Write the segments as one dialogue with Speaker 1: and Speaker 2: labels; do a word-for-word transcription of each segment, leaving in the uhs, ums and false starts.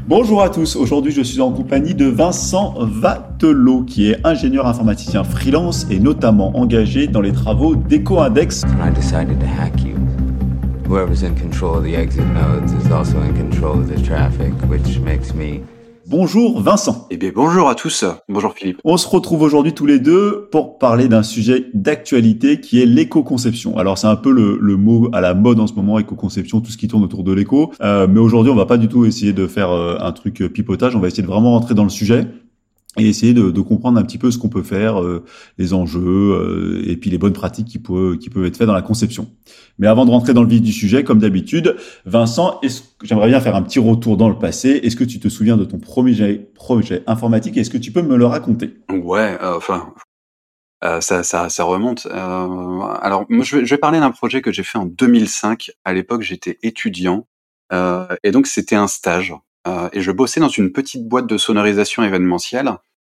Speaker 1: Bonjour à tous, aujourd'hui je suis en compagnie de Vincent Vatelot qui est ingénieur informaticien freelance et notamment engagé dans les travaux d'EcoIndex.
Speaker 2: I decided to hack you. Whoever's in control of the exit nodes is also in control of the traffic, which makes me...
Speaker 1: Bonjour Vincent.
Speaker 3: Eh bien bonjour à tous, bonjour Philippe.
Speaker 1: On se retrouve aujourd'hui tous les deux pour parler d'un sujet d'actualité qui est l'éco-conception. Alors c'est un peu le, le mot à la mode en ce moment, éco-conception, tout ce qui tourne autour de l'éco. Euh, mais aujourd'hui on va pas du tout essayer de faire euh, un truc pipotage, on va essayer de vraiment rentrer dans le sujet et essayer de, de comprendre un petit peu ce qu'on peut faire, euh, les enjeux euh, et puis les bonnes pratiques qui peuvent, qui peuvent être faites dans la conception. Mais avant de rentrer dans le vif du sujet, comme d'habitude, Vincent, est-ce que j'aimerais bien faire un petit retour dans le passé. Est-ce que tu te souviens de ton premier projet informatique et est-ce que tu peux me le raconter?
Speaker 3: Ouais, euh, enfin, euh, ça, ça, ça remonte. Euh, alors, moi, je vais, je vais parler d'un projet que j'ai fait en deux mille cinq. À l'époque, j'étais étudiant euh, et donc c'était un stage. Euh, et je bossais dans une petite boîte de sonorisation événementielle.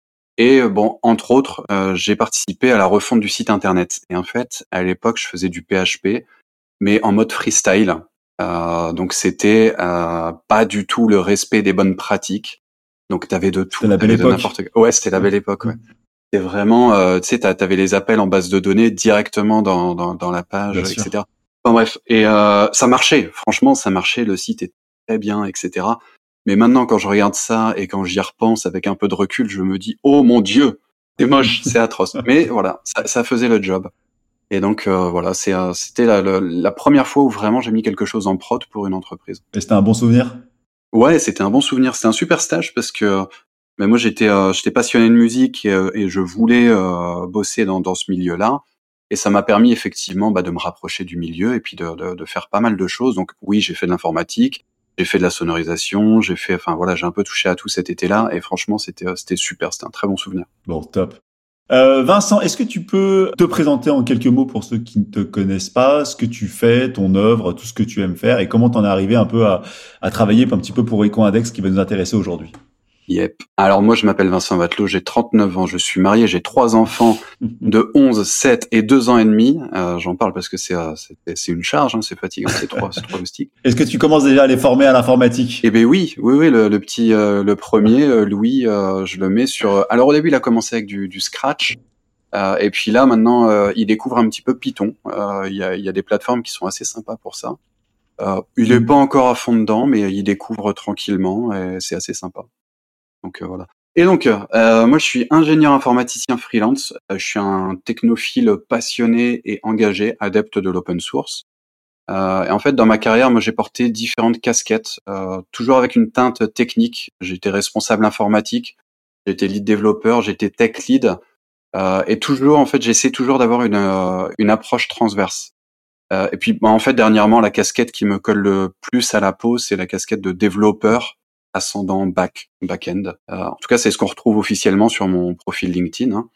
Speaker 3: Et bon, entre autres, euh, j'ai participé à la refonte du site internet. Et en fait, à l'époque, je faisais du P H P, mais en mode freestyle. Euh, donc c'était euh, pas du tout le respect des bonnes pratiques. Donc t'avais de tout,
Speaker 1: C'était la belle
Speaker 3: t'avais de
Speaker 1: époque.
Speaker 3: n'importe quoi. Ouais, c'était la belle époque. Ouais. C'était vraiment, euh, tu sais, t'a- t'avais les appels en base de données directement dans dans, dans la page,
Speaker 1: Bien sûr.
Speaker 3: et cetera. Enfin bref, et euh, ça marchait. Franchement, ça marchait. Le site était très bien, et cetera. Mais maintenant, quand je regarde ça et quand j'y repense avec un peu de recul, je me dis, oh mon Dieu, c'est moche, c'est atroce. Mais voilà, ça, ça faisait le job. Et donc euh, voilà, c'est euh, c'était la, la, la première fois où vraiment j'ai mis quelque chose en prod pour une entreprise.
Speaker 1: Et c'était un bon souvenir?
Speaker 3: Ouais, c'était un bon souvenir. C'était un super stage parce que mais moi j'étais euh, j'étais passionné de musique et, euh, et je voulais euh, bosser dans dans ce milieu-là. Et ça m'a permis effectivement bah, de me rapprocher du milieu et puis de, de, de faire pas mal de choses. Donc oui, j'ai fait de l'informatique, j'ai fait de la sonorisation, j'ai fait, enfin voilà, j'ai un peu touché à tout cet été-là. Et franchement, c'était euh, c'était super, c'était un très bon souvenir.
Speaker 1: Bon, top. Euh, Vincent, est-ce que tu peux te présenter en quelques mots pour ceux qui ne te connaissent pas, ce que tu fais, ton œuvre, tout ce que tu aimes faire et comment t'en es arrivé un peu à, à travailler un petit peu pour EcoIndex qui va nous intéresser aujourd'hui?
Speaker 3: Yep. Alors moi je m'appelle Vincent Vatelot, j'ai trente-neuf ans, je suis marié, j'ai trois enfants de onze, sept et deux ans et demi. Euh, j'en parle parce que c'est euh, c'est, c'est une charge, hein, c'est fatigant, c'est trois, c'est trois moustiques.
Speaker 1: Est-ce que tu commences déjà à les former à l'informatique?
Speaker 3: Eh ben oui, oui, oui, le, le petit, euh, le premier, euh, Louis, euh, je le mets sur. Alors au début il a commencé avec du, du Scratch. Euh, et puis là, maintenant, euh, il découvre un petit peu Python. Euh, Il y, a, il y a des plateformes qui sont assez sympas pour ça. Euh, il est pas encore à fond dedans, mais il découvre tranquillement et c'est assez sympa. Donc euh, voilà. Et donc, euh, moi, je suis ingénieur informaticien freelance. Euh, je suis un technophile passionné et engagé, adepte de l'open source. Euh, et en fait, dans ma carrière, moi, j'ai porté différentes casquettes, euh, toujours avec une teinte technique. J'étais responsable informatique, j'étais lead développeur, j'étais tech lead. Euh, et toujours, en fait, j'essaie toujours d'avoir une euh, une approche transverse. Euh, et puis, bah, en fait, dernièrement, la casquette qui me colle le plus à la peau, c'est la casquette de développeur ascendant back, back-end. Euh, en tout cas, c'est ce qu'on retrouve officiellement sur mon profil LinkedIn. Hein.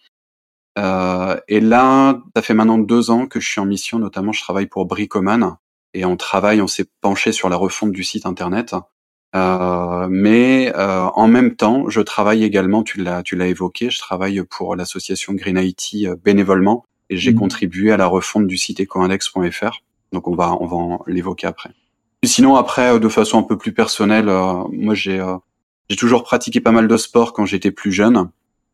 Speaker 3: Euh, et là, ça fait maintenant deux ans que je suis en mission. Notamment, je travaille pour Bricoman et on travaille, on s'est penché sur la refonte du site internet. Euh, mais euh, en même temps, je travaille également, tu l'as, tu l'as évoqué, je travaille pour l'association Green I T euh, bénévolement et j'ai mmh. contribué à la refonte du site ecoindex point f r. Donc on va, on va en l'évoquer après. Et sinon après, de façon un peu plus personnelle, euh, moi j'ai, euh, j'ai toujours pratiqué pas mal de sport quand j'étais plus jeune.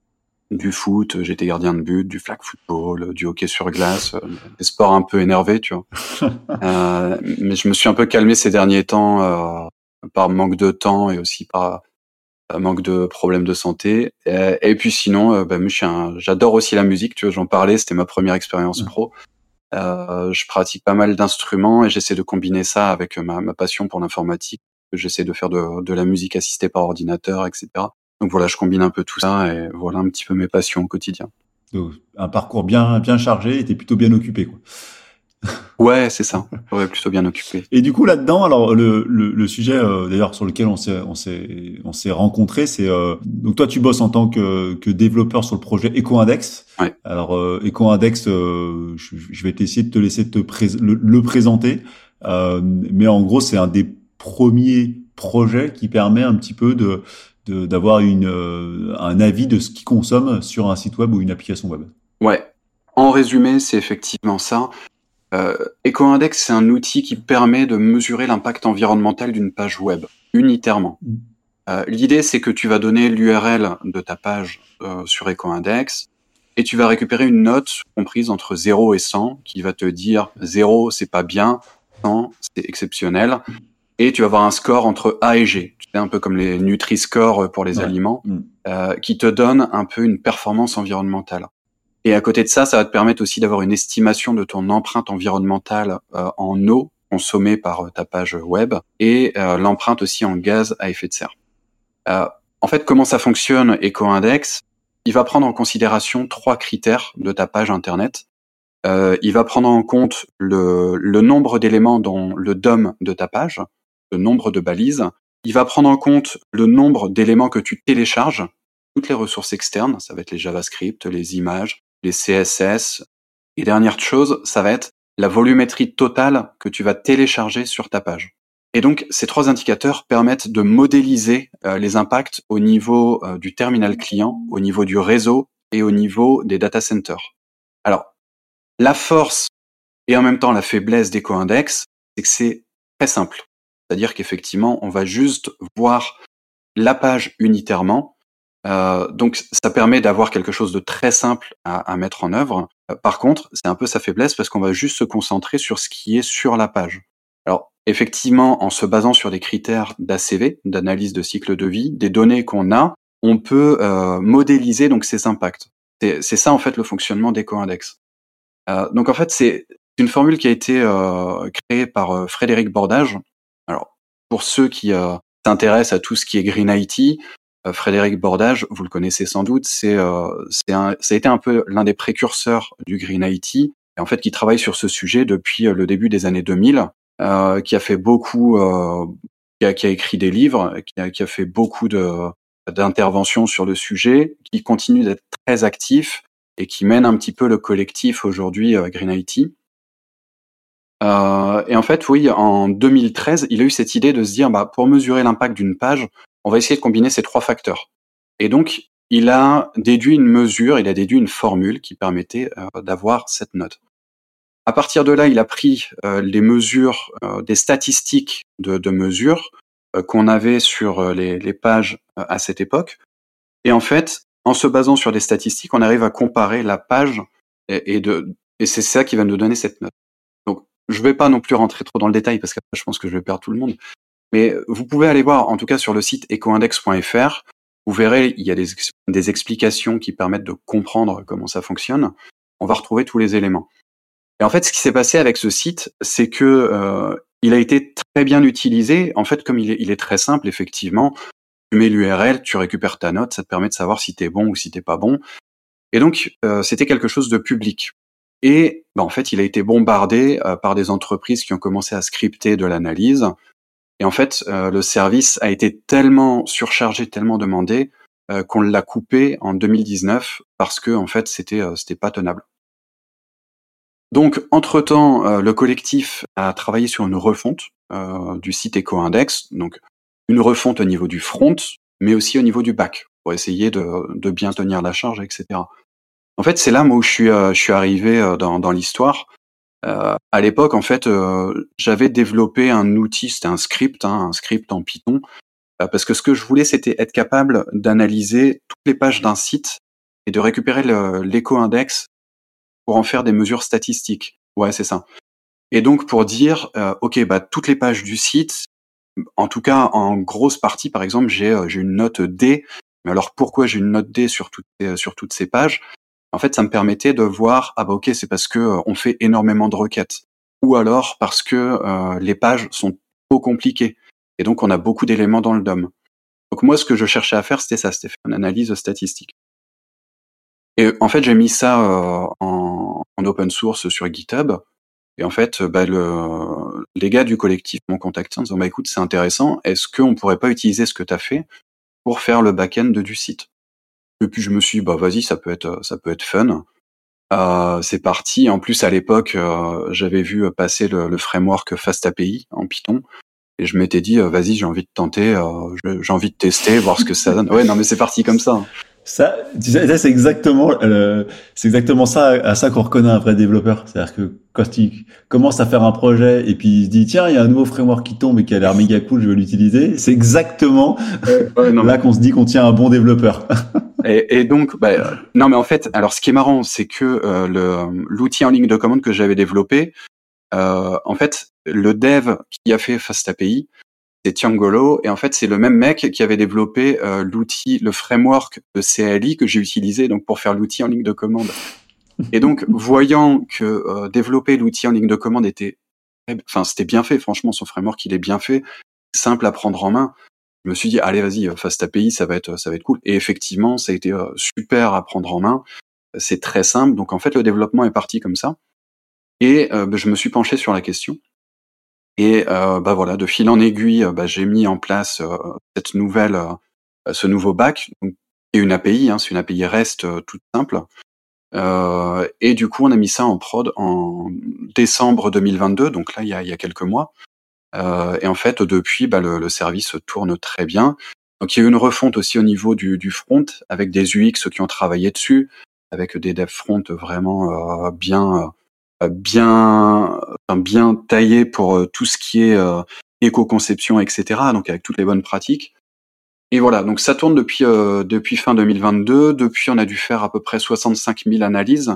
Speaker 3: Du foot, j'étais gardien de but, du flag football, du hockey sur glace, euh, des sports un peu énervés, tu vois. euh, mais je me suis un peu calmé ces derniers temps. Euh, par manque de temps et aussi par euh, manque de problèmes de santé. Et, et puis sinon, euh, bah, moi, je suis un, j'adore aussi la musique, tu vois, j'en parlais, c'était ma première expérience pro. Euh, je pratique pas mal d'instruments et j'essaie de combiner ça avec ma, ma passion pour l'informatique. J'essaie de faire de, de la musique assistée par ordinateur, et cetera. Donc voilà, je combine un peu tout ça et voilà un petit peu mes passions au quotidien.
Speaker 1: Donc, un parcours bien, bien chargé et t'es plutôt bien occupé, quoi.
Speaker 3: Ouais, c'est ça. Ouais, plutôt bien occupé.
Speaker 1: Et du coup là-dedans, alors le le, le sujet euh, d'ailleurs sur lequel on s'est on s'est on s'est rencontrés, c'est euh, donc toi tu bosses en tant que que développeur sur le projet EcoIndex.
Speaker 3: Ouais.
Speaker 1: Alors euh, EcoIndex, euh, je, je vais essayer de te laisser te pré- le, le présenter, euh, mais en gros c'est un des premiers projets qui permet un petit peu de de d'avoir une euh, un avis de ce qu'ils consomment sur un site web ou une application web.
Speaker 3: Ouais. En résumé, c'est effectivement ça. Euh, EcoIndex, c'est un outil qui permet de mesurer l'impact environnemental d'une page web, unitairement. Euh, l'idée, c'est que tu vas donner l'U R L de ta page euh, sur EcoIndex et tu vas récupérer une note comprise entre zéro et cent qui va te dire zéro, c'est pas bien, cent, c'est exceptionnel. Et tu vas avoir un score entre A et G. Tu sais, un peu comme les Nutri-Score pour les
Speaker 1: Ouais.
Speaker 3: aliments,
Speaker 1: Mm.
Speaker 3: euh, qui te donnent un peu une performance environnementale. Et à côté de ça, ça va te permettre aussi d'avoir une estimation de ton empreinte environnementale euh, en eau consommée par euh, ta page web et euh, l'empreinte aussi en gaz à effet de serre. Euh, en fait, comment ça fonctionne EcoIndex? Il va prendre en considération trois critères de ta page internet. Euh, il va prendre en compte le, le nombre d'éléments dans le D O M de ta page, le nombre de balises. Il va prendre en compte le nombre d'éléments que tu télécharges, toutes les ressources externes, ça va être les JavaScript, les images, les C S S. Et dernière chose, ça va être la volumétrie totale que tu vas télécharger sur ta page. Et donc, ces trois indicateurs permettent de modéliser euh, les impacts au niveau euh, du terminal client, au niveau du réseau et au niveau des data centers. Alors, la force et en même temps la faiblesse d'EcoIndex, c'est que c'est très simple. C'est-à-dire qu'effectivement, on va juste voir la page unitairement. Euh, donc, ça permet d'avoir quelque chose de très simple à, à mettre en œuvre. Euh, par contre, c'est un peu sa faiblesse parce qu'on va juste se concentrer sur ce qui est sur la page. Alors, effectivement, en se basant sur des critères d'A C V, d'analyse de cycle de vie, des données qu'on a, on peut euh, modéliser donc ces impacts. C'est, c'est ça en fait le fonctionnement d'EcoIndex. Euh, donc en fait, c'est une formule qui a été euh, créée par euh, Frédéric Bordage. Alors, pour ceux qui euh, s'intéressent à tout ce qui est Green I T, euh, Frédéric Bordage, vous le connaissez sans doute, c'est, euh, c'est un, ça a été un peu l'un des précurseurs du Green I T, et en fait qui travaille sur ce sujet depuis euh, le début des années deux mille, euh, qui a fait beaucoup, euh, qui, a, qui a écrit des livres, qui a, qui a fait beaucoup de, d'interventions sur le sujet, qui continue d'être très actif et qui mène un petit peu le collectif aujourd'hui euh, Green I T. Euh, et en fait, oui, en deux mille treize, il a eu cette idée de se dire, bah, pour mesurer l'impact d'une page, on va essayer de combiner ces trois facteurs. Et donc, il a déduit une mesure, il a déduit une formule qui permettait euh, d'avoir cette note. À partir de là, il a pris euh, les mesures, euh, des statistiques de, de mesures euh, qu'on avait sur euh, les, les pages euh, à cette époque. Et en fait, en se basant sur des statistiques, on arrive à comparer la page et, et, de, et c'est ça qui va nous donner cette note. Donc, je vais pas non plus rentrer trop dans le détail parce que je pense que je vais perdre tout le monde. Mais vous pouvez aller voir, en tout cas sur le site ecoindex point f r, vous verrez, il y a des, des explications qui permettent de comprendre comment ça fonctionne. On va retrouver tous les éléments. Et en fait, ce qui s'est passé avec ce site, c'est que euh, il a été très bien utilisé. En fait, comme il est, il est très simple, effectivement, tu mets l'U R L, tu récupères ta note, ça te permet de savoir si t'es bon ou si t'es pas bon. Et donc, euh, c'était quelque chose de public. Et bah, en fait, il a été bombardé euh, par des entreprises qui ont commencé à scripter de l'analyse. Et en fait, euh, le service a été tellement surchargé, tellement demandé, euh, qu'on l'a coupé en deux mille dix-neuf parce que en fait, c'était euh, c'était pas tenable. Donc, entre-temps, euh, le collectif a travaillé sur une refonte euh, du site EcoIndex, donc une refonte au niveau du front, mais aussi au niveau du back, pour essayer de, de bien tenir la charge, et cetera. En fait, c'est là moi, où je suis, euh, je suis arrivé euh, dans, dans l'histoire. Euh, à l'époque, en fait, euh, j'avais développé un outil, c'était un script, hein, un script en Python, euh, parce que ce que je voulais, c'était être capable d'analyser toutes les pages d'un site et de récupérer le, l'EcoIndex pour en faire des mesures statistiques. Ouais, c'est ça. Et donc pour dire, euh, ok, bah toutes les pages du site, en tout cas en grosse partie, par exemple, j'ai euh, j'ai une note D. Mais alors pourquoi j'ai une note D sur toutes euh, sur toutes ces pages? En fait, ça me permettait de voir, ah bah ok, c'est parce que euh, on fait énormément de requêtes, ou alors parce que euh, les pages sont trop compliquées, et donc on a beaucoup d'éléments dans le D O M. Donc moi, ce que je cherchais à faire, c'était ça, c'était faire une analyse statistique. Et en fait, j'ai mis ça euh, en, en open source sur GitHub. Et en fait, bah, le, les gars du collectif m'ont contacté en disant, bah, écoute, c'est intéressant, est-ce qu'on pourrait pas utiliser ce que tu as fait pour faire le back-end du site? Et puis je me suis dit, bah vas-y, ça peut être, ça peut être fun. Euh, c'est parti. En plus, à l'époque, euh, j'avais vu passer le, le framework FastAPI en Python. Et je m'étais dit, euh, vas-y, j'ai envie de tenter, euh, j'ai envie de tester, voir ce que ça donne. Ouais, non, mais c'est parti comme ça.
Speaker 1: Ça, tu sais, ça, c'est exactement, euh, c'est exactement ça, à ça qu'on reconnaît un vrai développeur. C'est-à-dire que quand il commence à faire un projet et puis il se dit, tiens, il y a un nouveau framework qui tombe et qui a l'air méga cool, je vais l'utiliser. C'est exactement
Speaker 3: ouais, non,
Speaker 1: là
Speaker 3: mais...
Speaker 1: qu'on se dit qu'on tient un bon développeur.
Speaker 3: Et, et donc, bah, euh, non, mais en fait, alors ce qui est marrant, c'est que euh, le, l'outil en ligne de commande que j'avais développé, euh, en fait, le dev qui a fait FastAPI, c'est Tiangolo, et en fait c'est le même mec qui avait développé euh, l'outil, le framework de C L I que j'ai utilisé donc pour faire l'outil en ligne de commande. Et donc voyant que euh, développer l'outil en ligne de commande était, enfin c'était bien fait, franchement son framework il est bien fait, simple à prendre en main. Je me suis dit allez vas-y FastAPI ça va être ça va être cool. Et effectivement ça a été euh, super à prendre en main, c'est très simple. Donc en fait le développement est parti comme ça. Et euh, bah, je me suis penché sur la question. Et euh, bah voilà, de fil en aiguille, bah, j'ai mis en place euh, cette nouvelle, euh, ce nouveau back, donc, qui est une A P I, hein, c'est une A P I REST euh, toute simple. Euh, et du coup, on a mis ça en prod en décembre deux mille vingt-deux, donc là, il y a, il y a quelques mois. Euh, et en fait, depuis, bah, le, le service tourne très bien. Donc, il y a eu une refonte aussi au niveau du, du front, avec des U X qui ont travaillé dessus, avec des devs front vraiment euh, bien... Euh, bien enfin, bien taillé pour euh, tout ce qui est euh, éco-conception, et cetera. Donc avec toutes les bonnes pratiques. Et voilà, donc ça tourne depuis euh, depuis fin deux mille vingt-deux. Depuis, on a dû faire à peu près soixante-cinq mille analyses.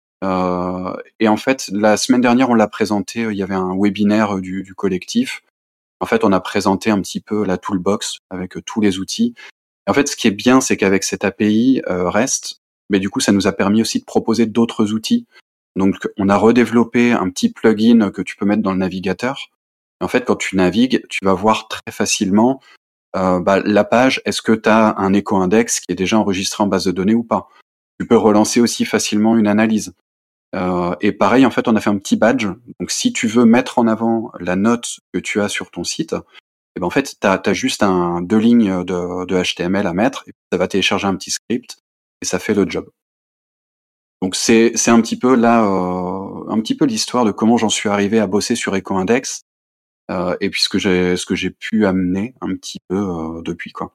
Speaker 3: Euh, et en fait, la semaine dernière, on l'a présenté. Il y avait un webinaire du, du collectif. En fait, on a présenté un petit peu la toolbox avec euh, tous les outils. Et en fait, ce qui est bien, c'est qu'avec cette A P I euh, REST, mais du coup, ça nous a permis aussi de proposer d'autres outils. Donc, on a redéveloppé un petit plugin que tu peux mettre dans le navigateur. En fait, quand tu navigues, tu vas voir très facilement euh, bah, la page. Est-ce que tu as un éco-index qui est déjà enregistré en base de données ou pas? Tu peux relancer aussi facilement une analyse. Euh, et pareil, en fait, on a fait un petit badge. Donc, si tu veux mettre en avant la note que tu as sur ton site, et ben en fait, tu as juste un, deux lignes de, de H T M L à mettre. Et ça va télécharger un petit script et ça fait le job. Donc c'est c'est un petit peu là euh, un petit peu l'histoire de comment j'en suis arrivé à bosser sur EcoIndex euh, et puis ce que j'ai ce que j'ai pu amener un petit peu euh, depuis quoi.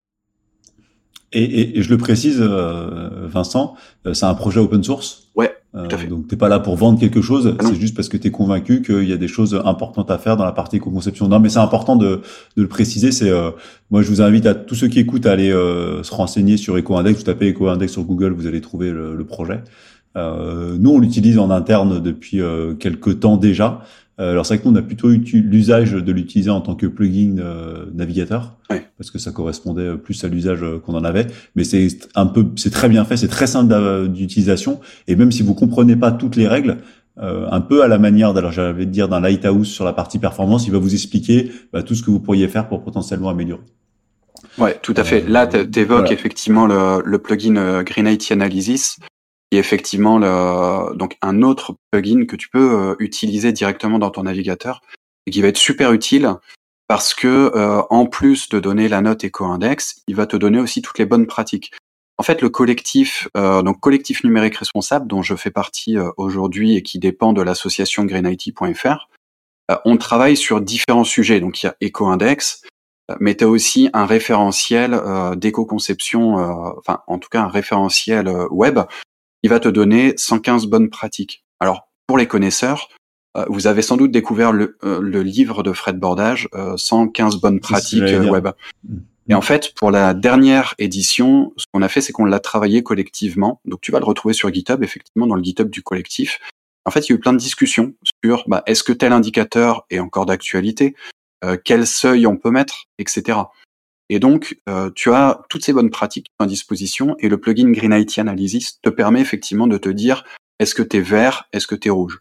Speaker 1: Et, et, et je le précise, euh, Vincent, euh, c'est un projet open source.
Speaker 3: Ouais, tout à fait.
Speaker 1: Euh, donc t'es pas là pour vendre quelque chose,
Speaker 3: Ah non.
Speaker 1: c'est juste parce que t'es convaincu qu'il y a des choses importantes à faire dans la partie éco-conception. Non, mais c'est important de, de le préciser. C'est euh, moi je vous invite à tous ceux qui écoutent à aller euh, se renseigner sur EcoIndex. Vous tapez EcoIndex sur Google, vous allez trouver le, le projet. Euh, nous on l'utilise en interne depuis euh, quelques temps déjà. Euh, alors c'est vrai que nous on a plutôt eu l'usage de l'utiliser en tant que plugin euh, navigateur,
Speaker 3: ouais.
Speaker 1: Parce que ça correspondait plus à l'usage qu'on en avait. Mais c'est un peu, c'est très bien fait, c'est très simple d'utilisation. Et même si vous comprenez pas toutes les règles, euh, un peu à la manière, alors j'allais dire d'un Lighthouse sur la partie performance, il va vous expliquer bah, tout ce que vous pourriez faire pour potentiellement améliorer.
Speaker 3: Ouais, tout à fait.
Speaker 1: Euh,
Speaker 3: Là, t'évoques
Speaker 1: voilà.
Speaker 3: effectivement le, le plugin Green I T Analysis, qui est effectivement le, donc un autre plugin que tu peux euh, utiliser directement dans ton navigateur et qui va être super utile parce que euh, en plus de donner la note EcoIndex, il va te donner aussi toutes les bonnes pratiques. En fait, le collectif, euh, donc collectif numérique responsable, dont je fais partie euh, aujourd'hui et qui dépend de l'association green I T point F R, euh, on travaille sur différents sujets. Donc il y a EcoIndex, mais tu as aussi un référentiel euh, d'éco-conception, euh, enfin en tout cas un référentiel euh, web qui va te donner cent quinze bonnes pratiques. Alors pour les connaisseurs, euh, vous avez sans doute découvert le, euh, le livre de Fred Bordage, euh, cent quinze bonnes pratiques euh, web. Mmh. Et en fait, pour la dernière édition, ce qu'on a fait, c'est qu'on l'a travaillé collectivement. Donc tu vas le retrouver sur GitHub, effectivement, dans le GitHub du collectif. En fait, il y a eu plein de discussions sur bah, est-ce que tel indicateur est encore d'actualité, euh, quel seuil on peut mettre, et cetera. Et donc, euh, tu as toutes ces bonnes pratiques à disposition et le plugin Green I T Analysis te permet effectivement de te dire est-ce que t'es vert, est-ce que t'es rouge.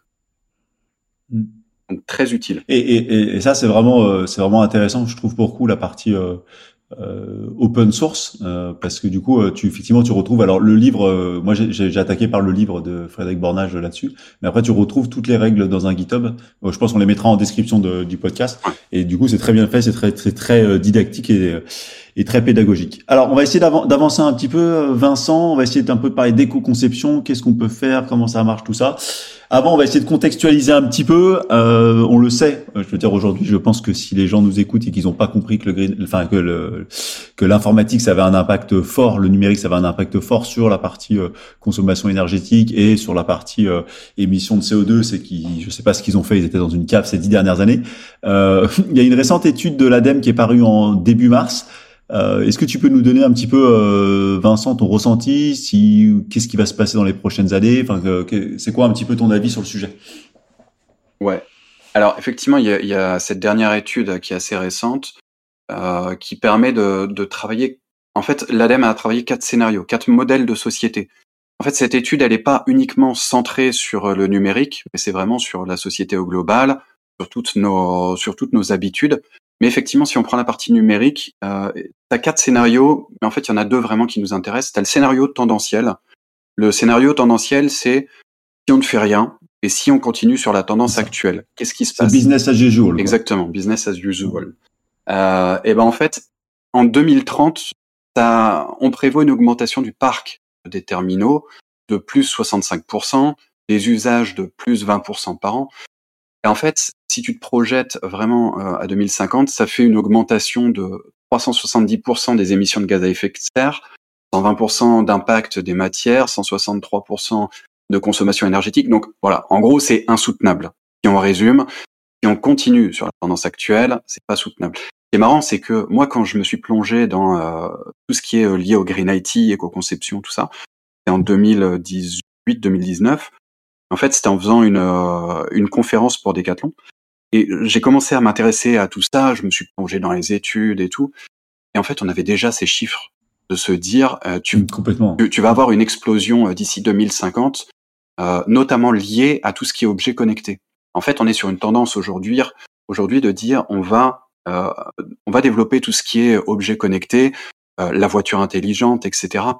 Speaker 3: Mm. Donc très utile.
Speaker 1: Et, et, et ça, c'est vraiment, euh, c'est vraiment intéressant, je trouve, pour le coup, la partie euh, euh, open source, euh, parce que du coup, euh, tu effectivement, tu retrouves. Alors le livre, euh, moi, j'ai, j'ai attaqué par le livre de Frédéric Bornage là-dessus, mais après, tu retrouves toutes les règles dans un GitHub. Euh, je pense qu'on les mettra en description de, du podcast. Et du coup, c'est très bien fait, c'est très, très, très euh, didactique et et très pédagogique. Alors, on va essayer d'avancer un petit peu, Vincent. On va essayer d'un peu de parler d'éco-conception. Qu'est-ce qu'on peut faire? Comment ça marche, tout ça? Avant, on va essayer de contextualiser un petit peu. Euh, on le sait. Je veux dire, aujourd'hui, je pense que si les gens nous écoutent et qu'ils n'ont pas compris que le green, enfin que le que l'informatique, ça avait un impact fort, le numérique, ça avait un impact fort sur la partie euh, consommation énergétique et sur la partie euh, émission de C O deux. C'est qui, je sais pas ce qu'ils ont fait, ils étaient dans une cave ces dix dernières années. Euh, il y a une récente étude de l'ADEME qui est parue en début mars. Euh, est-ce que tu peux nous donner un petit peu, euh, Vincent, ton ressenti, si qu'est-ce qui va se passer dans les prochaines années, enfin, que, c'est quoi un petit peu ton avis sur le sujet?
Speaker 3: Ouais. Alors effectivement, il y a, il y a cette dernière étude qui est assez récente, euh, qui permet de, de travailler. En fait, l'ADEME a travaillé quatre scénarios, quatre modèles de société. En fait, cette étude, elle n'est pas uniquement centrée sur le numérique, mais c'est vraiment sur la société au global, sur toutes nos, sur toutes nos habitudes. Mais effectivement, si on prend la partie numérique, euh, t'as quatre scénarios, mais en fait, il y en a deux vraiment qui nous intéressent. T'as le scénario tendanciel. Le scénario tendanciel, c'est si on ne fait rien et si on continue sur la tendance actuelle, qu'est-ce qui se passe?
Speaker 1: C'est business as usual. Quoi.
Speaker 3: Exactement, business as usual. Euh, et ben en fait, en deux mille trente, ça, on prévoit une augmentation du parc des terminaux de plus soixante-cinq pour cent, des usages de plus vingt pour cent par an. Et en fait, si tu te projettes vraiment euh, à deux mille cinquante, ça fait une augmentation de trois cent soixante-dix pour cent des émissions de gaz à effet de serre, cent vingt pour cent d'impact des matières, cent soixante-trois pour cent de consommation énergétique. Donc voilà, en gros, c'est insoutenable. Si on résume, si on continue sur la tendance actuelle, c'est pas soutenable. Ce qui est marrant, c'est que moi, quand je me suis plongé dans euh, tout ce qui est lié au Green I T, éco-conception, tout ça, c'était en deux mille dix-huit deux mille dix-neuf. En fait, c'était en faisant une, euh, une conférence pour Decathlon. Et j'ai commencé à m'intéresser à tout ça, je me suis plongé dans les études et tout. Et en fait, on avait déjà ces chiffres de se dire, euh, tu,
Speaker 1: mmh, complètement.
Speaker 3: Tu, tu vas avoir une explosion euh, d'ici deux mille cinquante, euh, notamment liée à tout ce qui est objet connecté. En fait, on est sur une tendance aujourd'hui, aujourd'hui de dire, on va, euh, on va développer tout ce qui est objet connecté, euh, la voiture intelligente, et cetera.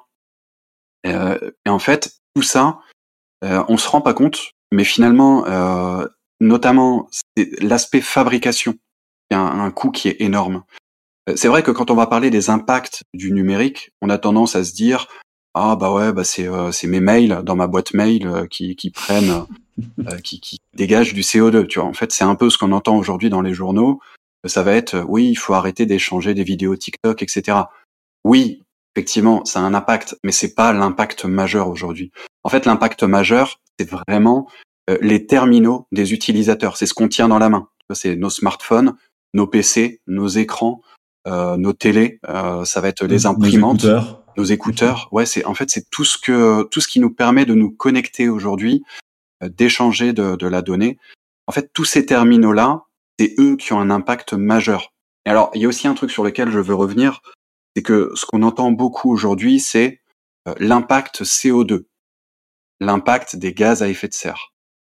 Speaker 3: Euh, et en fait, tout ça, Euh, on se rend pas compte, mais finalement, euh, notamment c'est l'aspect fabrication, il y a un, un coût qui est énorme. Euh, c'est vrai que quand on va parler des impacts du numérique, on a tendance à se dire ah bah ouais bah c'est euh, c'est mes mails dans ma boîte mail euh, qui qui prennent euh, qui qui dégagent du C O deux. Tu vois, en fait c'est un peu ce qu'on entend aujourd'hui dans les journaux. Ça va être euh, oui il faut arrêter d'échanger des vidéos TikTok, et cetera. Oui. Effectivement, ça a un impact, mais c'est pas l'impact majeur aujourd'hui. En fait, l'impact majeur, c'est vraiment euh, les terminaux des utilisateurs. C'est ce qu'on tient dans la main. C'est nos smartphones, nos P C, nos écrans, euh, nos télés. Euh, ça va être les imprimantes,
Speaker 1: nos écouteurs.
Speaker 3: Nos écouteurs. Ouais, c'est en fait c'est tout ce que tout ce qui nous permet de nous connecter aujourd'hui, euh, d'échanger de, de la donnée. En fait, tous ces terminaux-là, c'est eux qui ont un impact majeur. Et alors, il y a aussi un truc sur lequel je veux revenir. C'est que ce qu'on entend beaucoup aujourd'hui, c'est euh, l'impact C O deux, l'impact des gaz à effet de serre.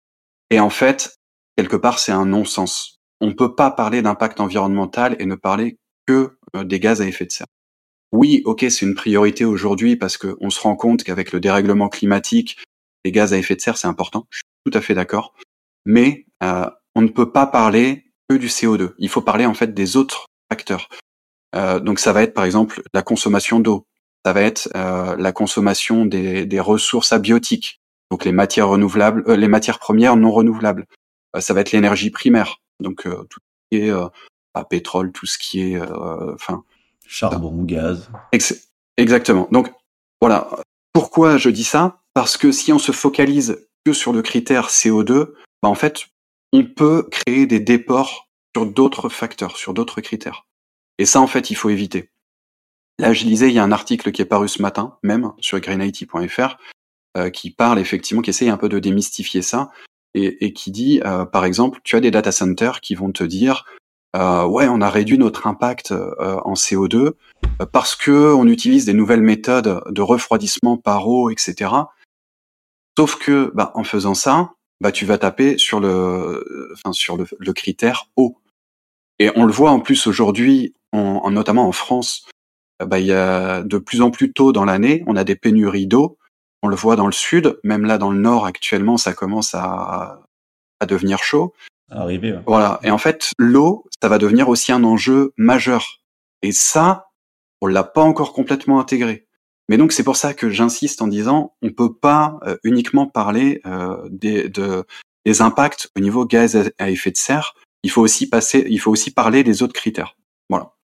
Speaker 3: Et en fait, quelque part, c'est un non-sens. On ne peut pas parler d'impact environnemental et ne parler que euh, des gaz à effet de serre. Oui, ok, c'est une priorité aujourd'hui parce qu'on se rend compte qu'avec le dérèglement climatique, les gaz à effet de serre, c'est important. Je suis tout à fait d'accord. Mais euh, on ne peut pas parler que du C O deux. Il faut parler en fait des autres facteurs. Euh, donc ça va être par exemple la consommation d'eau, ça va être euh, la consommation des, des ressources abiotiques, donc les matières renouvelables, euh, les matières premières non renouvelables. Euh, ça va être l'énergie primaire, donc euh, tout ce qui est euh, bah, pétrole, tout ce qui est, enfin, euh,
Speaker 1: charbon, gaz.
Speaker 3: Ex- exactement. Donc voilà. Pourquoi je dis ça? Parce que si on se focalise que sur le critère C O deux, bah en fait, on peut créer des déports sur d'autres facteurs, sur d'autres critères. Et ça, en fait, il faut éviter. Là, je lisais, il y a un article qui est paru ce matin, même, sur green I T point F R, euh, qui parle effectivement, qui essaye un peu de démystifier ça, et, et qui dit, euh, par exemple, tu as des data centers qui vont te dire, euh, ouais, on a réduit notre impact euh, en C O deux euh, parce que on utilise des nouvelles méthodes de refroidissement par eau, et cetera. Sauf que, bah, en faisant ça, bah, tu vas taper sur le, enfin, sur le, le critère eau. Et on le voit en plus aujourd'hui, en, en, notamment en France, bah, il y a de plus en plus tôt dans l'année, on a des pénuries d'eau. On le voit dans le sud, même là dans le nord actuellement, ça commence à, à devenir chaud.
Speaker 1: Arriver. Ouais.
Speaker 3: Voilà. Et en fait, l'eau, ça va devenir aussi un enjeu majeur. Et ça, on l'a pas encore complètement intégré. Mais donc c'est pour ça que j'insiste en disant, on peut pas euh, uniquement parler euh, des, de, des impacts au niveau gaz à effet de serre. Il faut aussi passer, il faut aussi parler des autres critères. Voilà.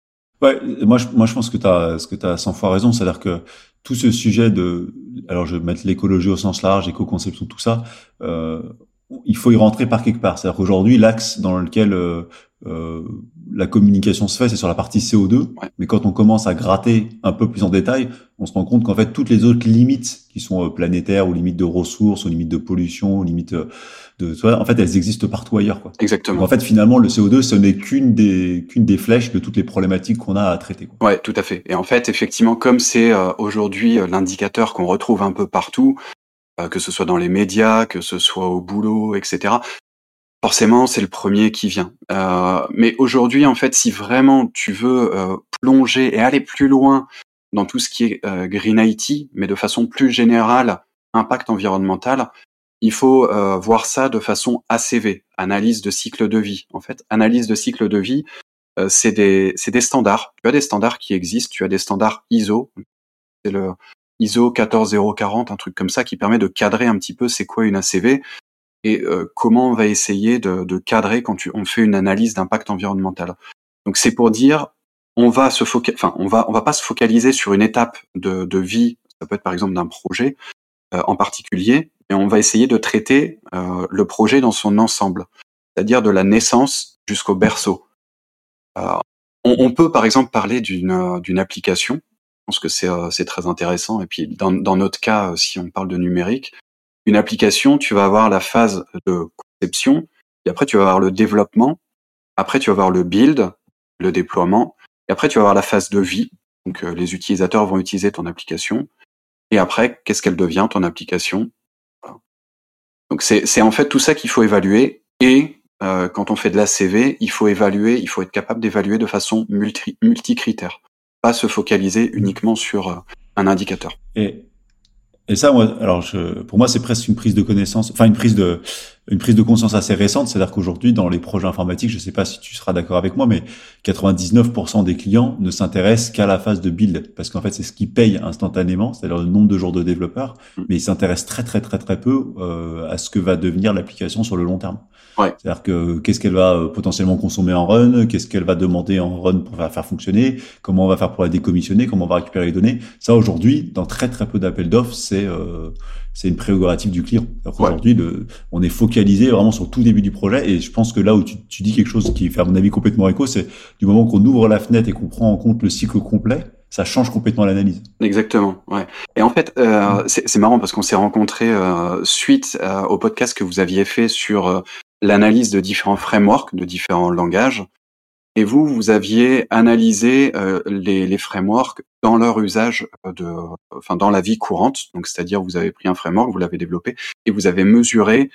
Speaker 1: Ouais, moi je, moi je pense que tu as ce que tu as cent fois raison, c'est-à-dire que tout ce sujet de, alors je vais mettre l'écologie au sens large, éco-conception, tout ça, euh, il faut y rentrer par quelque part. C'est-à-dire qu'aujourd'hui l'axe dans lequel euh, euh, la communication se fait, c'est sur la partie C O deux,
Speaker 3: Ouais.
Speaker 1: mais quand on commence à gratter un peu plus en détail, on se rend compte qu'en fait toutes les autres limites qui sont euh, planétaires ou limites de ressources, ou limites de pollution, ou limites euh, de, tu vois, en fait elles existent partout ailleurs, quoi. Donc
Speaker 3: Exactement.
Speaker 1: en fait, finalement, le C O deux, ce n'est qu'une des qu'une des flèches de toutes les problématiques qu'on a à traiter, quoi.
Speaker 3: Ouais, tout à fait. Et en fait, effectivement, comme c'est euh, aujourd'hui euh, l'indicateur qu'on retrouve un peu partout, euh, que ce soit dans les médias, que ce soit au boulot, et cetera. Forcément, c'est le premier qui vient. Euh, mais aujourd'hui, en fait, si vraiment tu veux euh, plonger et aller plus loin dans tout ce qui est euh, Green I T, mais de façon plus générale, impact environnemental, il faut euh, voir ça de façon A C V, analyse de cycle de vie. En fait, analyse de cycle de vie, euh, c'est des c'est des standards. Tu as des standards qui existent, tu as des standards I S O, c'est le I S O quatorze zéro quarante, un truc comme ça qui permet de cadrer un petit peu c'est quoi une A C V et euh, comment on va essayer de, de cadrer quand tu, on fait une analyse d'impact environnemental. Donc c'est pour dire on va se foca- enfin on va on va pas se focaliser sur une étape de, de vie, ça peut être par exemple d'un projet euh, en particulier, et on va essayer de traiter euh, le projet dans son ensemble, c'est-à-dire de la naissance jusqu'au berceau. Euh, on, on peut par exemple parler d'une euh, d'une application. Je pense que c'est euh, c'est très intéressant. Et puis dans dans notre cas, euh, si on parle de numérique, une application, tu vas avoir la phase de conception, et après tu vas avoir le développement, après tu vas avoir le build, le déploiement, et après tu vas avoir la phase de vie. Donc euh, les utilisateurs vont utiliser ton application, et après qu'est-ce qu'elle devient ton application. Voilà. Donc c'est c'est en fait tout ça qu'il faut évaluer. Et euh, quand on fait de l'A C V, il faut évaluer, il faut être capable d'évaluer de façon multi multicritère, pas se focaliser uniquement sur euh, un indicateur.
Speaker 1: Et Et ça, moi, alors, je, pour moi, c'est presque une prise de connaissance, enfin une prise de, une prise de conscience assez récente. C'est-à-dire qu'aujourd'hui, dans les projets informatiques, je ne sais pas si tu seras d'accord avec moi, mais quatre-vingt-dix-neuf pour cent des clients ne s'intéressent qu'à la phase de build, parce qu'en fait, c'est ce qui paye instantanément, c'est-à-dire le nombre de jours de développeurs, mais ils s'intéressent très, très, très, très peu euh, à ce que va devenir l'application sur le long terme.
Speaker 3: Ouais.
Speaker 1: C'est-à-dire que qu'est-ce qu'elle va euh, potentiellement consommer en run, qu'est-ce qu'elle va demander en run pour la faire fonctionner, comment on va faire pour la décommissionner, comment on va récupérer les données. Ça, aujourd'hui, dans très très peu d'appels d'offres, c'est euh, c'est une prérogative du client. Alors qu'aujourd'hui, le, on est focalisé vraiment sur le tout début du projet, et je pense que là où tu, tu dis quelque chose qui fait à mon avis complètement écho, c'est du moment qu'on ouvre la fenêtre et qu'on prend en compte le cycle complet, ça change complètement l'analyse.
Speaker 3: Exactement, ouais. Et en fait, euh, c'est, c'est marrant parce qu'on s'est rencontrés euh, suite euh, au podcast que vous aviez fait sur euh, l'analyse de différents frameworks, de différents langages. Et vous, vous aviez analysé euh, les, les frameworks dans leur usage de, enfin dans la vie courante. Donc, c'est-à-dire, vous avez pris un framework, vous l'avez développé, et vous avez mesuré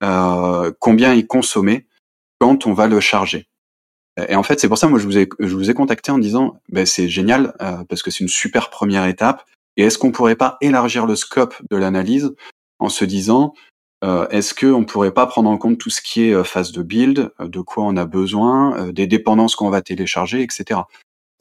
Speaker 3: euh, combien il consommait quand on va le charger. Et en fait, c'est pour ça, moi, je vous ai, je vous ai contacté en disant, ben, c'est génial, euh, parce que c'est une super première étape. Et est-ce qu'on pourrait pas élargir le scope de l'analyse en se disant, euh, est-ce qu'on pourrait pas prendre en compte tout ce qui est euh, phase de build, euh, de quoi on a besoin, euh, des dépendances qu'on va télécharger, et cetera.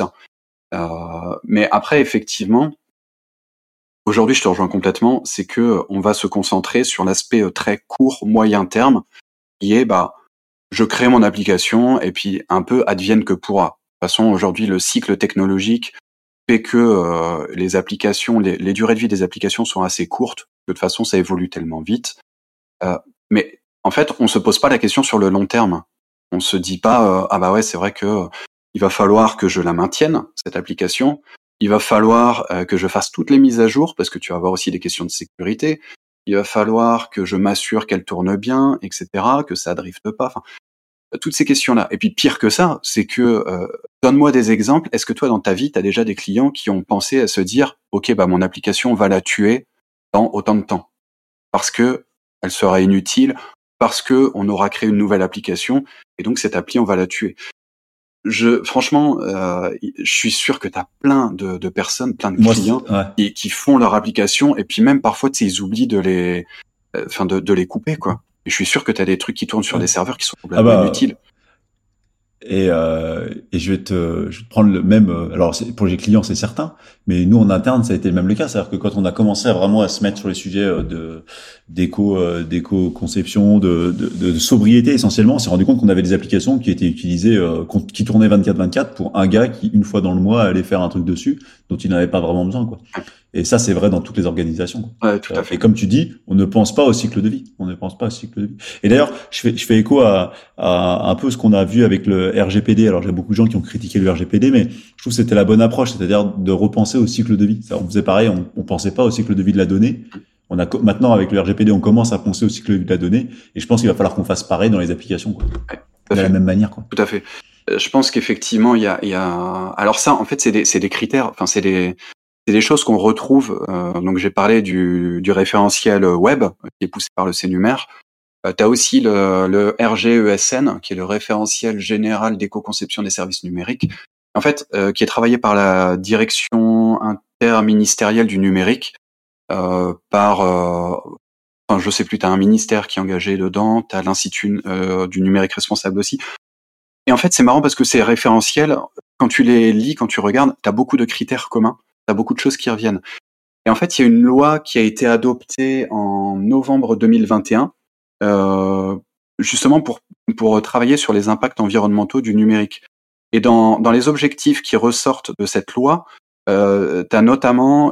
Speaker 3: Euh, mais après, effectivement, aujourd'hui, je te rejoins complètement, c'est que euh, on va se concentrer sur l'aspect euh, très court, moyen terme, qui est, bah, je crée mon application et puis un peu advienne que pourra. De toute façon, aujourd'hui, le cycle technologique fait que euh, les applications, les, les durées de vie des applications sont assez courtes. De toute façon, ça évolue tellement vite. Euh, mais en fait, on se pose pas la question sur le long terme. On se dit pas euh, ah bah ouais, c'est vrai que euh, il va falloir que je la maintienne cette application. Il va falloir euh, que je fasse toutes les mises à jour parce que tu vas avoir aussi des questions de sécurité. Il va falloir que je m'assure qu'elle tourne bien, et cetera, que ça drifte pas. Enfin, toutes ces questions-là. Et puis pire que ça, c'est que euh, donne-moi des exemples. Est-ce que toi, dans ta vie, tu as déjà des clients qui ont pensé à se dire, ok, bah mon application, on va la tuer dans autant de temps parce que elle sera inutile, parce que on aura créé une nouvelle application et donc cette appli, on va la tuer. Je, franchement, euh, je suis sûr que tu as plein de, de personnes, plein de
Speaker 1: Moi,
Speaker 3: clients
Speaker 1: ouais.
Speaker 3: qui, qui font leur application et puis même parfois, tu sais, ils oublient de les, enfin, euh, de, de les couper, quoi. Et je suis sûr que tu as des trucs qui tournent sur
Speaker 1: Ouais.
Speaker 3: des serveurs qui sont complètement
Speaker 1: Ah bah,
Speaker 3: inutiles.
Speaker 1: Et, euh, et je vais te, je vais te prendre le même. euh, Alors c'est- pour les clients, c'est certain, mais nous en interne, ça a été le même le cas. C'est-à-dire que quand on a commencé à vraiment à se mettre sur les sujets euh, de d'éco, euh, d'éco-conception, de, de, de, de sobriété essentiellement, on s'est rendu compte qu'on avait des applications qui étaient utilisées, euh, qu'on- qui tournaient vingt-quatre vingt-quatre pour un gars qui une fois dans le mois allait faire un truc dessus dont il n'avait pas vraiment besoin, quoi. Et ça, c'est vrai dans toutes les organisations, quoi.
Speaker 3: Ouais, tout
Speaker 1: Euh,
Speaker 3: à
Speaker 1: Et
Speaker 3: fait.
Speaker 1: comme tu dis, on ne pense pas au cycle de vie. On ne pense pas au cycle de vie. Et d'ailleurs, je fais, je fais écho à, à un peu ce qu'on a vu avec le R G P D. Alors, j'ai beaucoup de gens qui ont critiqué le R G P D, mais je trouve que c'était la bonne approche, c'est-à-dire de repenser au cycle de vie. Ça, on faisait pareil, on, on pensait pas au cycle de vie de la donnée. On a co- maintenant avec le R G P D, on commence à penser au cycle de vie de la donnée, et je pense qu'il va falloir qu'on fasse pareil dans les applications, quoi.
Speaker 3: Ouais, tout à
Speaker 1: De la
Speaker 3: fait.
Speaker 1: même manière, quoi.
Speaker 3: Tout à fait. Euh, Je pense qu'effectivement, il y a, il y a. Alors ça, en fait, c'est des, c'est des critères. Enfin, c'est des, c'est des choses qu'on retrouve. Euh, donc, j'ai parlé du, du référentiel web qui est poussé par le C N U M E R. Euh, tu as aussi le, le R G E S N, qui est le référentiel général d'éco-conception des services numériques. En fait, euh, qui est travaillé par la direction interministérielle du numérique, euh, par. Euh, enfin, je sais plus. T'as un ministère qui est engagé dedans. T'as l'institut euh, du numérique responsable aussi. Et en fait, c'est marrant parce que ces référentiels, quand tu les lis, quand tu regardes, tu as beaucoup de critères communs, tu as beaucoup de choses qui reviennent. Et en fait, il y a une loi qui a été adoptée en novembre deux mille vingt et un, euh, justement pour, pour travailler sur les impacts environnementaux du numérique. Et dans, dans les objectifs qui ressortent de cette loi, euh, tu as notamment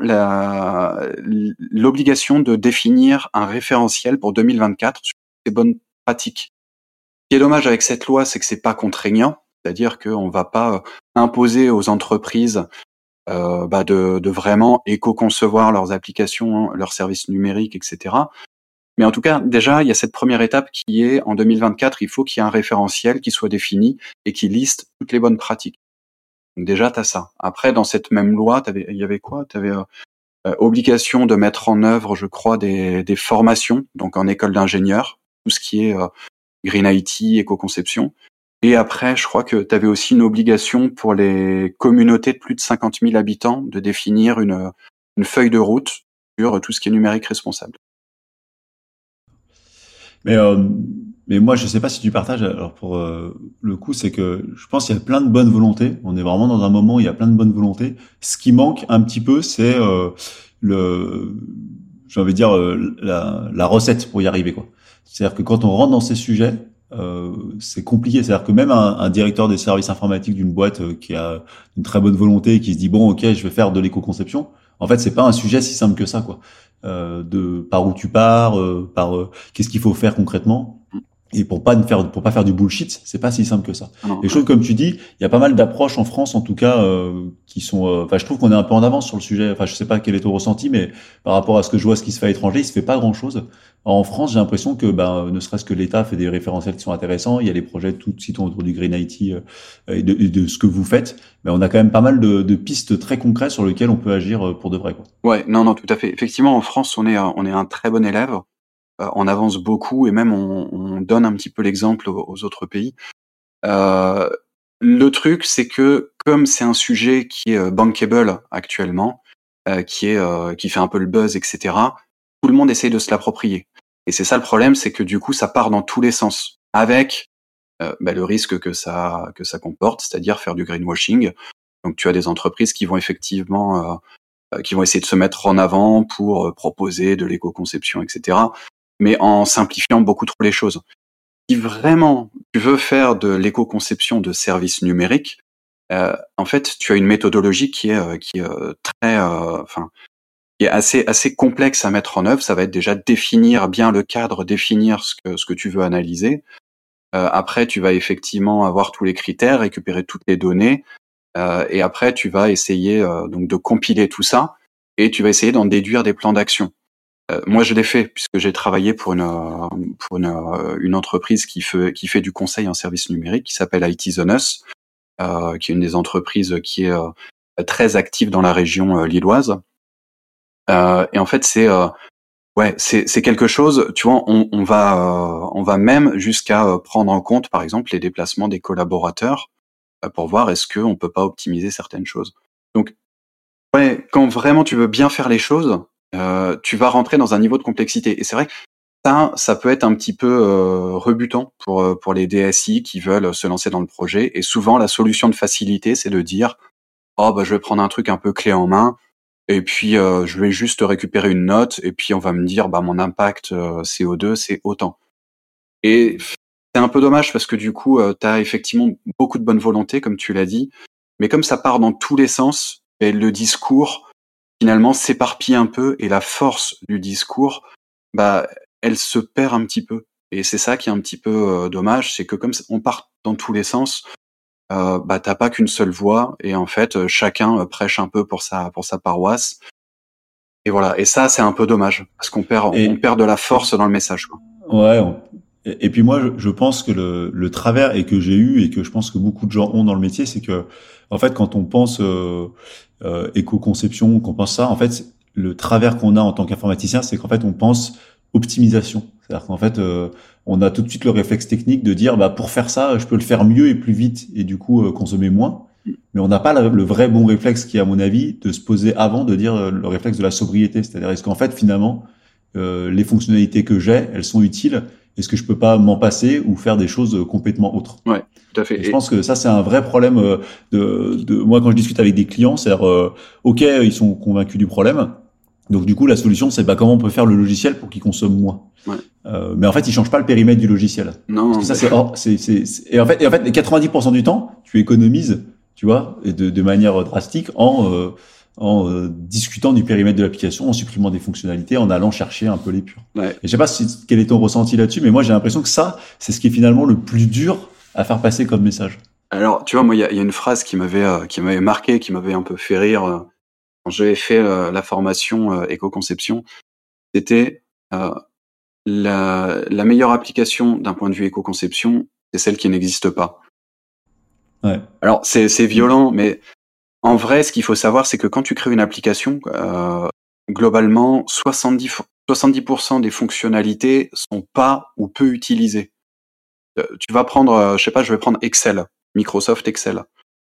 Speaker 3: la, l'obligation de définir un référentiel pour deux mille vingt-quatre sur les bonnes pratiques. Ce qui est dommage avec cette loi, c'est que c'est pas contraignant, c'est-à-dire qu'on va pas imposer aux entreprises euh, bah de, de vraiment éco-concevoir leurs applications, leurs services numériques, et cetera. Mais en tout cas, déjà, il y a cette première étape qui est en deux mille vingt-quatre, il faut qu'il y ait un référentiel qui soit défini et qui liste toutes les bonnes pratiques. Donc déjà, tu as ça. Après, dans cette même loi, t'avais, il y avait quoi Tu avais euh, obligation de mettre en œuvre, je crois, des, des formations, donc en école d'ingénieurs, tout ce qui est euh, Green I T, éco-conception. Et après, je crois que tu avais aussi une obligation pour les communautés de plus de cinquante mille habitants de définir une, une feuille de route sur tout ce qui est numérique responsable.
Speaker 1: Mais, euh, mais moi, je sais pas si tu partages. Alors pour euh, le coup, c'est que je pense qu'il y a plein de bonnes volontés. On est vraiment dans un moment où il y a plein de bonnes volontés. Ce qui manque un petit peu, c'est euh, le, j'ai envie de dire euh, la, la recette pour y arriver, quoi. C'est-à-dire que quand on rentre dans ces sujets, euh, c'est compliqué. C'est-à-dire que même un, un directeur des services informatiques d'une boîte euh, qui a une très bonne volonté et qui se dit bon, ok, je vais faire de l'éco-conception. En fait, c'est pas un sujet si simple que ça, quoi. Euh, de par où tu pars, euh, par euh, qu'est-ce qu'il faut faire concrètement. Et pour pas ne faire, pour pas faire du bullshit, c'est pas si simple que ça.
Speaker 3: Non,
Speaker 1: Et je trouve, comme tu dis, il y a pas mal d'approches en France, en tout cas, euh, qui sont. euh, Enfin, je trouve qu'on est un peu en avance sur le sujet. Enfin, je sais pas quel est ton ressenti, mais par rapport à ce que je vois, ce qui se fait à l'étranger, il se fait pas grand-chose. En France, j'ai l'impression que, ben, ne serait-ce que l'État fait des référentiels qui sont intéressants. Il y a des projets tout qui tournent autour du Green I T euh, et, de, et de ce que vous faites. Mais on a quand même pas mal de, de pistes très concrètes sur lesquelles on peut agir euh, pour de vrai, quoi.
Speaker 3: ouais, non, non, tout à fait. Effectivement, en France, on est, un- on est un très bon élève. Euh, on avance beaucoup et même on, on donne un petit peu l'exemple aux, aux autres pays. Euh, le truc, c'est que comme c'est un sujet qui est euh, bankable actuellement, euh, qui est, euh, qui fait un peu le buzz, et cetera. Tout le monde essaye de se l'approprier. Et c'est ça le problème, c'est que du coup, ça part dans tous les sens, avec euh, bah, le risque que ça que ça comporte, c'est-à-dire faire du greenwashing. Donc, tu as des entreprises qui vont effectivement, euh, qui vont essayer de se mettre en avant pour euh, proposer de l'éco-conception, et cetera. Mais en simplifiant beaucoup trop les choses. Si vraiment tu veux faire de l'éco-conception de services numériques, euh, en fait, tu as une méthodologie qui est euh, qui est euh, très, euh, enfin, qui est assez assez complexe à mettre en œuvre. Ça va être déjà définir bien le cadre, définir ce que ce que tu veux analyser. Euh, après, tu vas effectivement avoir tous les critères, récupérer toutes les données, euh, et après, tu vas essayer euh, donc de compiler tout ça, et tu vas essayer d'en déduire des plans d'action. Euh, moi, je l'ai fait puisque j'ai travaillé pour une euh, pour une, euh, une entreprise qui fait qui fait du conseil en services numériques, qui s'appelle I T Zone Us, euh, qui est une des entreprises qui est euh, très active dans la région euh, lilloise. Euh, et en fait, c'est euh, ouais, c'est c'est quelque chose. Tu vois, on, on va euh, on va même jusqu'à euh, prendre en compte, par exemple, les déplacements des collaborateurs euh, pour voir est-ce que on peut pas optimiser certaines choses. Donc, ouais, quand vraiment tu veux bien faire les choses, euh, tu vas rentrer dans un niveau de complexité. Et c'est vrai que ça, ça peut être un petit peu euh, rebutant pour pour les D S I qui veulent se lancer dans le projet. Et souvent, la solution de facilité, c'est de dire, oh bah je vais prendre un truc un peu clé en main, et puis euh, je vais juste récupérer une note, et puis on va me dire, bah mon impact euh, C O deux, c'est autant. Et c'est un peu dommage parce que du coup, euh, tu as effectivement beaucoup de bonne volonté, comme tu l'as dit, mais comme ça part dans tous les sens, et le discours finalement s'éparpille un peu, et la force du discours, bah elle se perd un petit peu. Et c'est ça qui est un petit peu euh, dommage, c'est que comme on part dans tous les sens, euh, bah t'as pas qu'une seule voix, et en fait euh, chacun euh, prêche un peu pour sa pour sa paroisse. Et voilà. Et ça, c'est un peu dommage parce qu'on perd on
Speaker 1: Et
Speaker 3: perd de la force dans le message, quoi.
Speaker 1: ouais. on- Et, et puis moi, je, je pense que le, le travers et que j'ai eu et que je pense que beaucoup de gens ont dans le métier, c'est que en fait, quand on pense euh, euh, éco-conception, qu'on pense ça, en fait, le travers qu'on a en tant qu'informaticien, c'est qu'en fait, on pense optimisation. C'est-à-dire qu'en fait, euh, on a tout de suite le réflexe technique de dire, bah pour faire ça, je peux le faire mieux et plus vite et du coup euh, consommer moins. Mais on n'a pas la- le vrai bon réflexe qui est, à mon avis, de se poser avant de dire euh, le réflexe de la sobriété. C'est-à-dire, est-ce qu'en fait, finalement, euh, les fonctionnalités que j'ai, elles sont utiles. Est-ce que je peux pas m'en passer ou faire des choses complètement autres?
Speaker 3: Ouais, tout à fait.
Speaker 1: Et je
Speaker 3: Et
Speaker 1: pense que ça, c'est un vrai problème euh, de, de moi quand je discute avec des clients, c'est-à-dire, euh, ok, ils sont convaincus du problème. Donc du coup, la solution, c'est bah, comment on peut faire le logiciel pour qu'ils consomment moins.
Speaker 3: ouais.
Speaker 1: Euh, mais en fait, ils changent pas le périmètre du logiciel. Parce
Speaker 3: Non,
Speaker 1: que ça,
Speaker 3: mais-
Speaker 1: c'est, hors- c'est, c'est, c'est- et en fait, et en fait, quatre-vingt-dix pour cent du temps, tu économises, tu vois, et de, de manière drastique en euh, en euh, discutant du périmètre de l'application, en supprimant des fonctionnalités, en allant chercher un peu les purs.
Speaker 3: ouais.
Speaker 1: Et je sais pas si, quel est ton ressenti là-dessus, mais moi j'ai l'impression que ça, c'est ce qui est finalement le plus dur à faire passer comme message.
Speaker 3: Alors, tu vois, moi, il y a, il y a une phrase qui m'avait euh, qui m'avait marqué, qui m'avait un peu fait rire euh, quand j'avais fait euh, la formation euh, éco-conception. C'était euh, la, la meilleure application d'un point de vue éco-conception, c'est celle qui n'existe pas.
Speaker 1: Ouais.
Speaker 3: Alors, c'est c'est violent, mais en vrai, ce qu'il faut savoir, c'est que quand tu crées une application, euh, globalement, soixante-dix, fo- soixante-dix pour cent des fonctionnalités sont pas ou peu utilisées. Euh, tu vas prendre, euh, je sais pas, je vais prendre Excel, Microsoft Excel.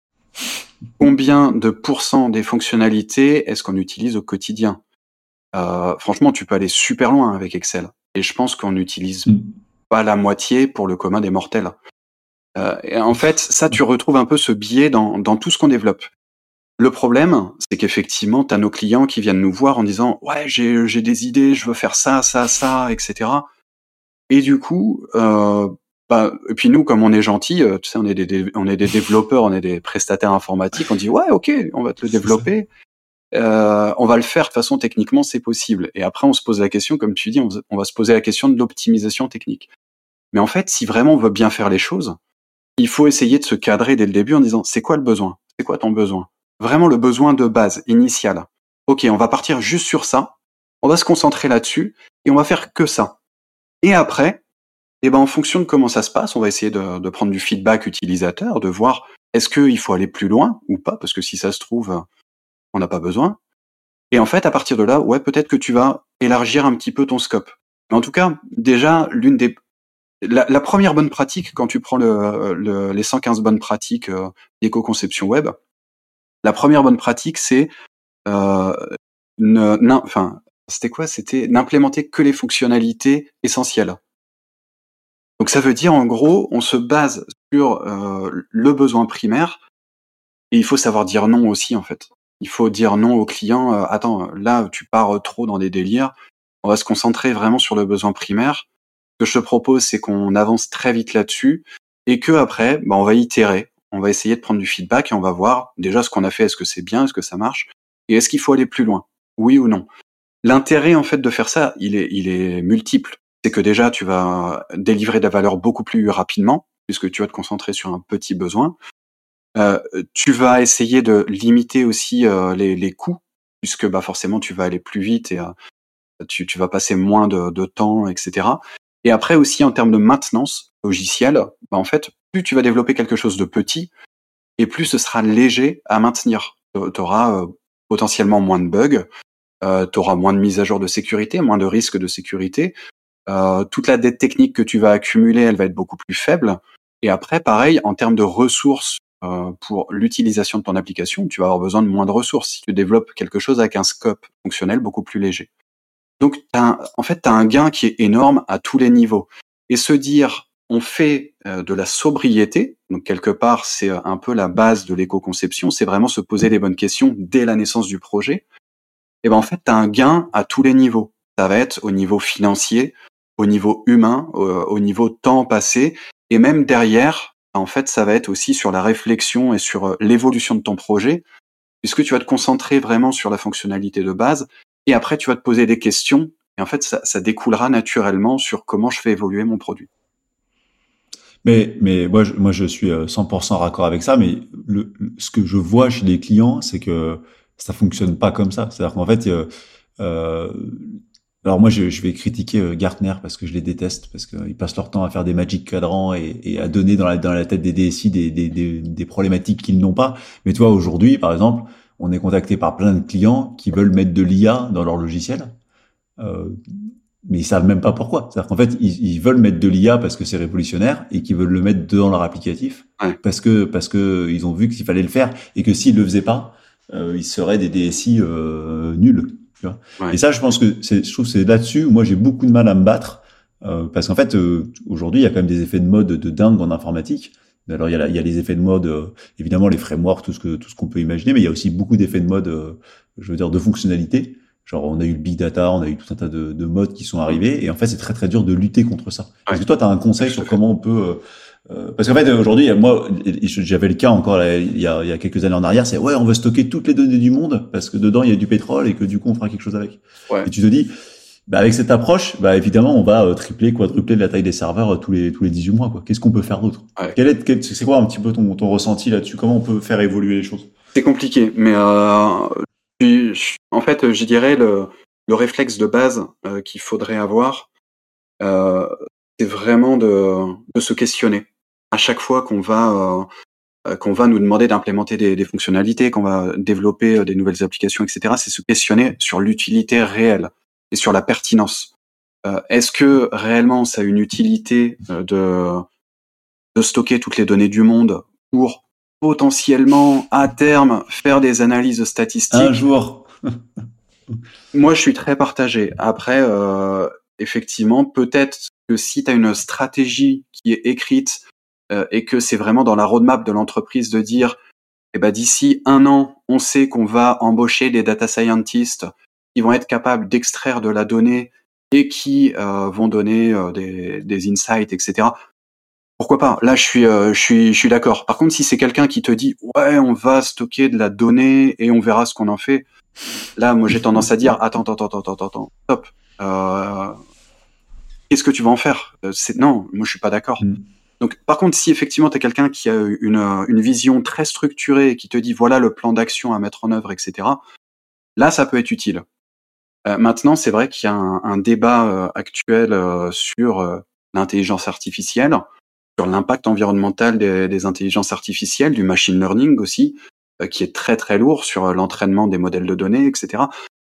Speaker 3: Combien de pourcents des fonctionnalités est-ce qu'on utilise au quotidien? Euh, franchement, tu peux aller super loin avec Excel. Et je pense qu'on n'utilise
Speaker 1: Mm.
Speaker 3: pas la moitié pour le commun des mortels. Euh, et en fait, ça, tu retrouves un peu ce biais dans, dans tout ce qu'on développe. Le problème, c'est qu'effectivement, tu as nos clients qui viennent nous voir en disant « Ouais, j'ai j'ai des idées, je veux faire ça, ça, ça, et cetera » Et du coup, euh, bah, et puis nous, comme on est gentils, euh, tu sais, on est des, des- on est des développeurs, on est des prestataires informatiques, on dit « Ouais, ok, on va te le
Speaker 1: C'est ça.
Speaker 3: développer. Euh, on va le faire, de toute façon, techniquement, c'est possible. » Et après, on se pose la question, comme tu dis, on, on va se poser la question de l'optimisation technique. Mais en fait, si vraiment on veut bien faire les choses, il faut essayer de se cadrer dès le début en disant « C'est quoi le besoin? C'est quoi ton besoin ?» Vraiment le besoin de base, initial. Ok, on va partir juste sur ça, on va se concentrer là-dessus, et on va faire que ça. Et après, eh ben, en fonction de comment ça se passe, on va essayer de, de prendre du feedback utilisateur, de voir est-ce qu'il faut aller plus loin ou pas, parce que si ça se trouve, on n'a pas besoin. Et en fait, à partir de là, ouais, peut-être que tu vas élargir un petit peu ton scope. Mais en tout cas, déjà, l'une des la, la première bonne pratique, quand tu prends le, le, les cent quinze bonnes pratiques euh, d'éco-conception web, la première bonne pratique, c'est euh, ne, n'im- enfin, c'était quoi? C'était n'implémenter que les fonctionnalités essentielles. Donc ça veut dire, en gros, on se base sur euh, le besoin primaire, et il faut savoir dire non aussi, en fait. Il faut dire non au client. euh, Attends, là, tu pars trop dans des délires. On va se concentrer vraiment sur le besoin primaire. Ce que je te propose, c'est qu'on avance très vite là-dessus, et que après, bah, on va itérer. On va essayer de prendre du feedback et on va voir déjà ce qu'on a fait. Est-ce que c'est bien? Est-ce que ça marche? Et est-ce qu'il faut aller plus loin? Oui ou non? L'intérêt, en fait, de faire ça, il est, il est multiple. C'est que déjà, tu vas délivrer de la valeur beaucoup plus rapidement, puisque tu vas te concentrer sur un petit besoin. Euh, tu vas essayer de limiter aussi euh, les, les coûts, puisque bah, forcément, tu vas aller plus vite et euh, tu, tu vas passer moins de, de temps, et cetera. Et après aussi, en termes de maintenance logicielle, bah, en fait, plus tu vas développer quelque chose de petit, et plus ce sera léger à maintenir. Tu auras euh, potentiellement moins de bugs, euh, tu auras moins de mises à jour de sécurité, moins de risques de sécurité. Euh, toute la dette technique que tu vas accumuler, elle va être beaucoup plus faible. Et après, pareil, en termes de ressources euh, pour l'utilisation de ton application, tu vas avoir besoin de moins de ressources si tu développes quelque chose avec un scope fonctionnel beaucoup plus léger. Donc, t'as un, en fait, tu as un gain qui est énorme à tous les niveaux. Et se dire, on fait euh, de la sobriété, donc quelque part, c'est un peu la base de l'éco-conception, c'est vraiment se poser les bonnes questions dès la naissance du projet. Et ben en fait, tu as un gain à tous les niveaux. Ça va être au niveau financier, au niveau humain, au, au niveau temps passé, et même derrière, en fait, ça va être aussi sur la réflexion et sur l'évolution de ton projet, puisque tu vas te concentrer vraiment sur la fonctionnalité de base, et après, tu vas te poser des questions, et en fait, ça, ça découlera naturellement sur comment je fais évoluer mon produit.
Speaker 1: Mais, mais moi, je, moi, je suis cent pour cent raccord avec ça, mais le, le- ce que je vois chez les clients, c'est que ça fonctionne pas comme ça. C'est-à-dire qu'en fait, euh, euh, alors moi, je, je vais critiquer euh, Gartner parce que je les déteste, parce qu'ils passent leur temps à faire des magic cadrans et, et à donner dans la, dans la tête des D S I des, des, des, des problématiques qu'ils n'ont pas. Mais tu vois, aujourd'hui, par exemple, on est contacté par plein de clients qui veulent mettre de l'I A dans leur logiciel. Euh, mais ils savent même pas pourquoi. C'est-à-dire qu'en fait, ils, ils veulent mettre de l'I A parce que c'est révolutionnaire et qu'ils veulent le mettre dans leur applicatif
Speaker 3: Ouais.
Speaker 1: parce que parce que ils ont vu qu'il fallait le faire et que s'ils le faisaient pas, euh, ils seraient des D S I euh, nuls. Tu vois.
Speaker 3: Ouais.
Speaker 1: Et ça, je pense que c'est, je trouve que c'est là-dessus où moi j'ai beaucoup de mal à me battre euh, parce qu'en fait, euh, aujourd'hui, il y a quand même des effets de mode de dingue en informatique. Alors il y a, la, il y a les effets de mode, euh, évidemment les frameworks, tout ce que tout ce qu'on peut imaginer, mais il y a aussi beaucoup d'effets de mode, euh, je veux dire, de fonctionnalité. Genre, on a eu le big data, on a eu tout un tas de, de modes qui sont arrivés, et en fait, c'est très très dur de lutter contre ça. Est-ce que toi, tu as un conseil sur comment on peut... Euh, euh, parce qu'en fait, aujourd'hui, moi, j'avais le cas encore là, il, y a, il y a quelques années en arrière, c'est ouais, on veut stocker toutes les données du monde, parce que dedans, il y a du pétrole, et que du coup, on fera quelque chose avec.
Speaker 3: Ouais.
Speaker 1: Et tu te dis, bah, avec cette approche, bah, évidemment, on va euh, tripler, quadrupler la taille des serveurs euh, tous les tous les dix-huit mois. Quoi. Qu'est-ce qu'on peut faire d'autre?
Speaker 3: Ouais.
Speaker 1: Quel est, quel, c'est quoi un petit peu ton, ton ressenti là-dessus? Comment on peut faire évoluer les choses?
Speaker 3: C'est compliqué, mais euh, je, je, en fait, je dirais le... Le réflexe de base euh, qu'il faudrait avoir, euh, c'est vraiment de, de se questionner. À chaque fois qu'on va euh, qu'on va nous demander d'implémenter des, des fonctionnalités, qu'on va développer des nouvelles applications, et cetera, c'est se questionner sur l'utilité réelle et sur la pertinence. Euh, est-ce que réellement ça a une utilité de, de stocker toutes les données du monde pour potentiellement, à terme, faire des analyses statistiques?
Speaker 1: Un jour.
Speaker 3: Moi, je suis très partagé. Après, euh, effectivement, peut-être que si tu as une stratégie qui est écrite euh, et que c'est vraiment dans la roadmap de l'entreprise de dire, eh ben, d'ici un an, on sait qu'on va embaucher des data scientists qui vont être capables d'extraire de la donnée et qui euh, vont donner euh, des, des insights, et cetera. Pourquoi pas? Là, je suis, euh, je suis, je suis d'accord. Par contre, si c'est quelqu'un qui te dit, ouais, on va stocker de la donnée et on verra ce qu'on en fait. Là, moi, j'ai tendance à dire, attends, attends, attends, attends, attends, stop. Euh, qu'est-ce que tu vas en faire? C'est non, moi, je suis pas d'accord. Mm. Donc, par contre, si effectivement, tu es quelqu'un qui a une, une vision très structurée et qui te dit, voilà le plan d'action à mettre en œuvre, et cetera, là, ça peut être utile. Euh, maintenant, c'est vrai qu'il y a un, un débat euh, actuel euh, sur euh, l'intelligence artificielle, sur l'impact environnemental des, des intelligences artificielles, du machine learning aussi, qui est très très lourd sur l'entraînement des modèles de données, et cetera.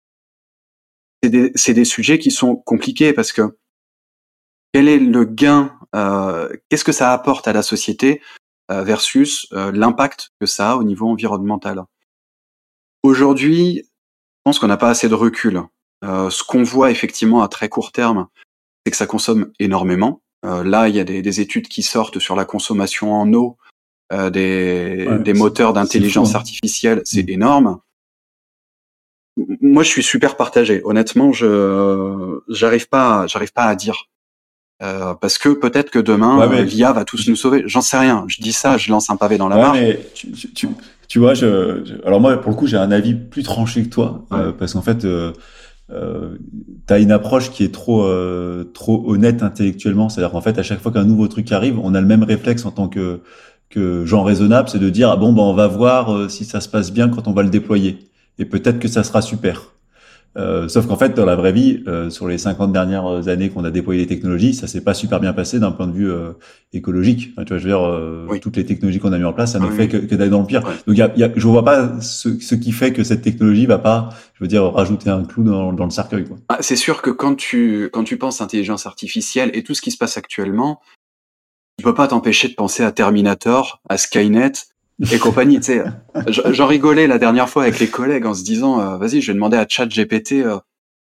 Speaker 3: C'est des, c'est des sujets qui sont compliqués parce que quel est le gain, euh, qu'est-ce que ça apporte à la société euh, versus euh, l'impact que ça a au niveau environnemental. Aujourd'hui, je pense qu'on n'a pas assez de recul. Euh, ce qu'on voit effectivement à très court terme, c'est que ça consomme énormément. Euh, là, il y a des, des études qui sortent sur la consommation en eau Euh, des, ouais, des moteurs d'intelligence fou, hein. artificielle, c'est mmh. énorme. Moi, je suis super partagé. Honnêtement, je j'arrive pas, j'arrive pas à dire euh, parce que peut-être que demain, ouais, mais... l'I A va tous nous sauver. J'en sais rien. Je dis ça, je lance un pavé dans la
Speaker 1: ouais,
Speaker 3: mare.
Speaker 1: Mais tu, tu, tu vois, je, je, alors moi, pour le coup, j'ai un avis plus tranché que toi ouais. euh, parce qu'en fait. Euh, Euh, t'as une approche qui est trop euh, trop honnête intellectuellement, c'est-à-dire qu'en fait à chaque fois qu'un nouveau truc arrive, on a le même réflexe en tant que que gens raisonnables, c'est de dire ah bon ben on va voir euh, si ça se passe bien quand on va le déployer et peut-être que ça sera super. Euh, sauf qu'en fait dans la vraie vie, euh, sur les cinquante dernières années qu'on a déployé les technologies, ça s'est pas super bien passé d'un point de vue euh, écologique. Enfin, tu vois, je veux dire, euh, oui. toutes les technologies qu'on a mis en place, ça ne oui. fait que, que d'aller dans le pire. Ouais. Donc, y a, y a, je vois pas ce, ce qui fait que cette technologie va pas, je veux dire, rajouter un clou dans, dans le cercueil, quoi.
Speaker 3: Ah, c'est sûr que quand tu quand tu penses intelligence artificielle et tout ce qui se passe actuellement, tu peux pas t'empêcher de penser à Terminator, à Skynet et compagnie. Tu sais, j'en rigolais la dernière fois avec les collègues en se disant, euh, vas-y, je vais demander à ChatGPT. Euh,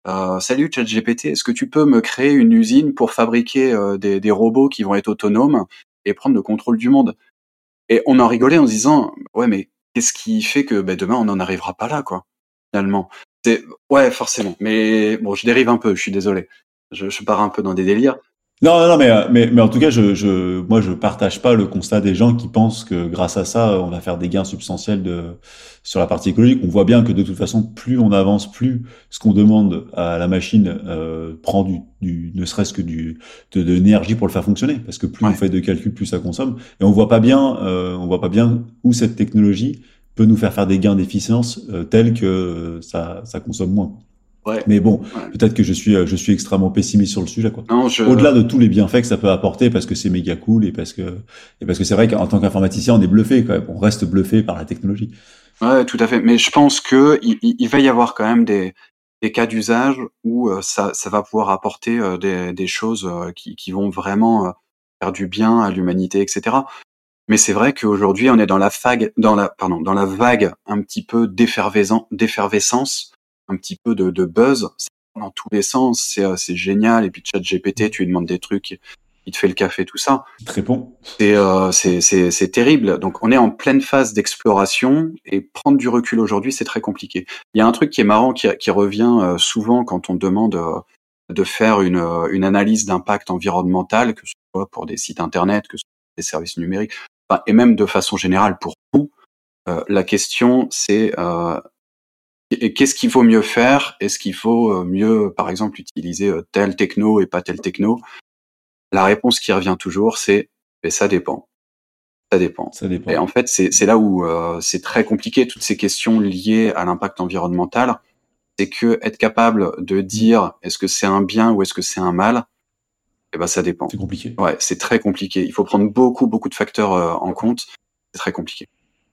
Speaker 3: euh, salut ChatGPT, est-ce que tu peux me créer une usine pour fabriquer euh, des, des robots qui vont être autonomes et prendre le contrôle du monde? Et on en rigolait en se disant, ouais, mais qu'est-ce qui fait que ben, demain on n'en arrivera pas là, quoi, finalement? C'est ouais, forcément. Mais bon, je dérive un peu, je suis désolé. Je, je pars un peu dans des délires.
Speaker 1: Non, non, non, mais, euh, mais, mais en tout cas, je, je, moi, je partage pas le constat des gens qui pensent que grâce à ça, on va faire des gains substantiels de, sur la partie écologique. On voit bien que de toute façon, plus on avance, plus ce qu'on demande à la machine euh, prend du, du, ne serait-ce que du, de, de l'énergie pour le faire fonctionner, parce que plus
Speaker 3: Ouais.
Speaker 1: on fait de calculs, plus ça consomme. Et on voit pas bien, euh, on voit pas bien où cette technologie peut nous faire faire des gains d'efficience euh, tels que euh, ça, ça consomme moins.
Speaker 3: Ouais.
Speaker 1: Mais bon,
Speaker 3: Ouais.
Speaker 1: peut-être que je suis, euh, je suis extrêmement pessimiste sur le sujet, quoi.
Speaker 3: Non, je...
Speaker 1: Au-delà de tous les bienfaits que ça peut apporter, parce que c'est méga cool et parce que, et parce que c'est vrai qu'en tant qu'informaticien, on est bluffé, quand même. On reste bluffé par la technologie.
Speaker 3: Ouais, tout à fait. Mais je pense que il, il, il va y avoir quand même des, des cas d'usage où euh, ça, ça va pouvoir apporter euh, des, des choses euh, qui, qui vont vraiment euh, faire du bien à l'humanité, et cetera. Mais c'est vrai qu'aujourd'hui, on est dans la vague, dans la, pardon, dans la vague un petit peu d'effervescence, d'effervescence, un petit peu de, de buzz. C'est dans tous les sens, c'est, euh, c'est génial. Et puis ChatGPT, tu lui demandes des trucs, il te fait le café, tout ça.
Speaker 1: Très bon.
Speaker 3: C'est, euh, c'est, c'est, c'est terrible. Donc, on est en pleine phase d'exploration et prendre du recul aujourd'hui, c'est très compliqué. Il y a un truc qui est marrant, qui, qui revient euh, souvent quand on demande euh, de faire une, euh, une analyse d'impact environnemental, que ce soit pour des sites internet, que ce soit des services numériques, enfin, et même de façon générale pour tout. Euh, la question, c'est euh, qu'est-ce qu'il faut mieux faire? Est-ce qu'il faut mieux, par exemple, utiliser tel techno et pas tel techno? La réponse qui revient toujours, c'est mais ça dépend. Ça dépend.
Speaker 1: Ça dépend.
Speaker 3: Et en fait, c'est, c'est là où euh, c'est très compliqué, toutes ces questions liées à l'impact environnemental. C'est que être capable de dire est-ce que c'est un bien ou est-ce que c'est un mal, eh ben ça dépend.
Speaker 1: C'est compliqué.
Speaker 3: Ouais, c'est très compliqué. Il faut prendre beaucoup, beaucoup de facteurs euh, en compte. C'est très compliqué.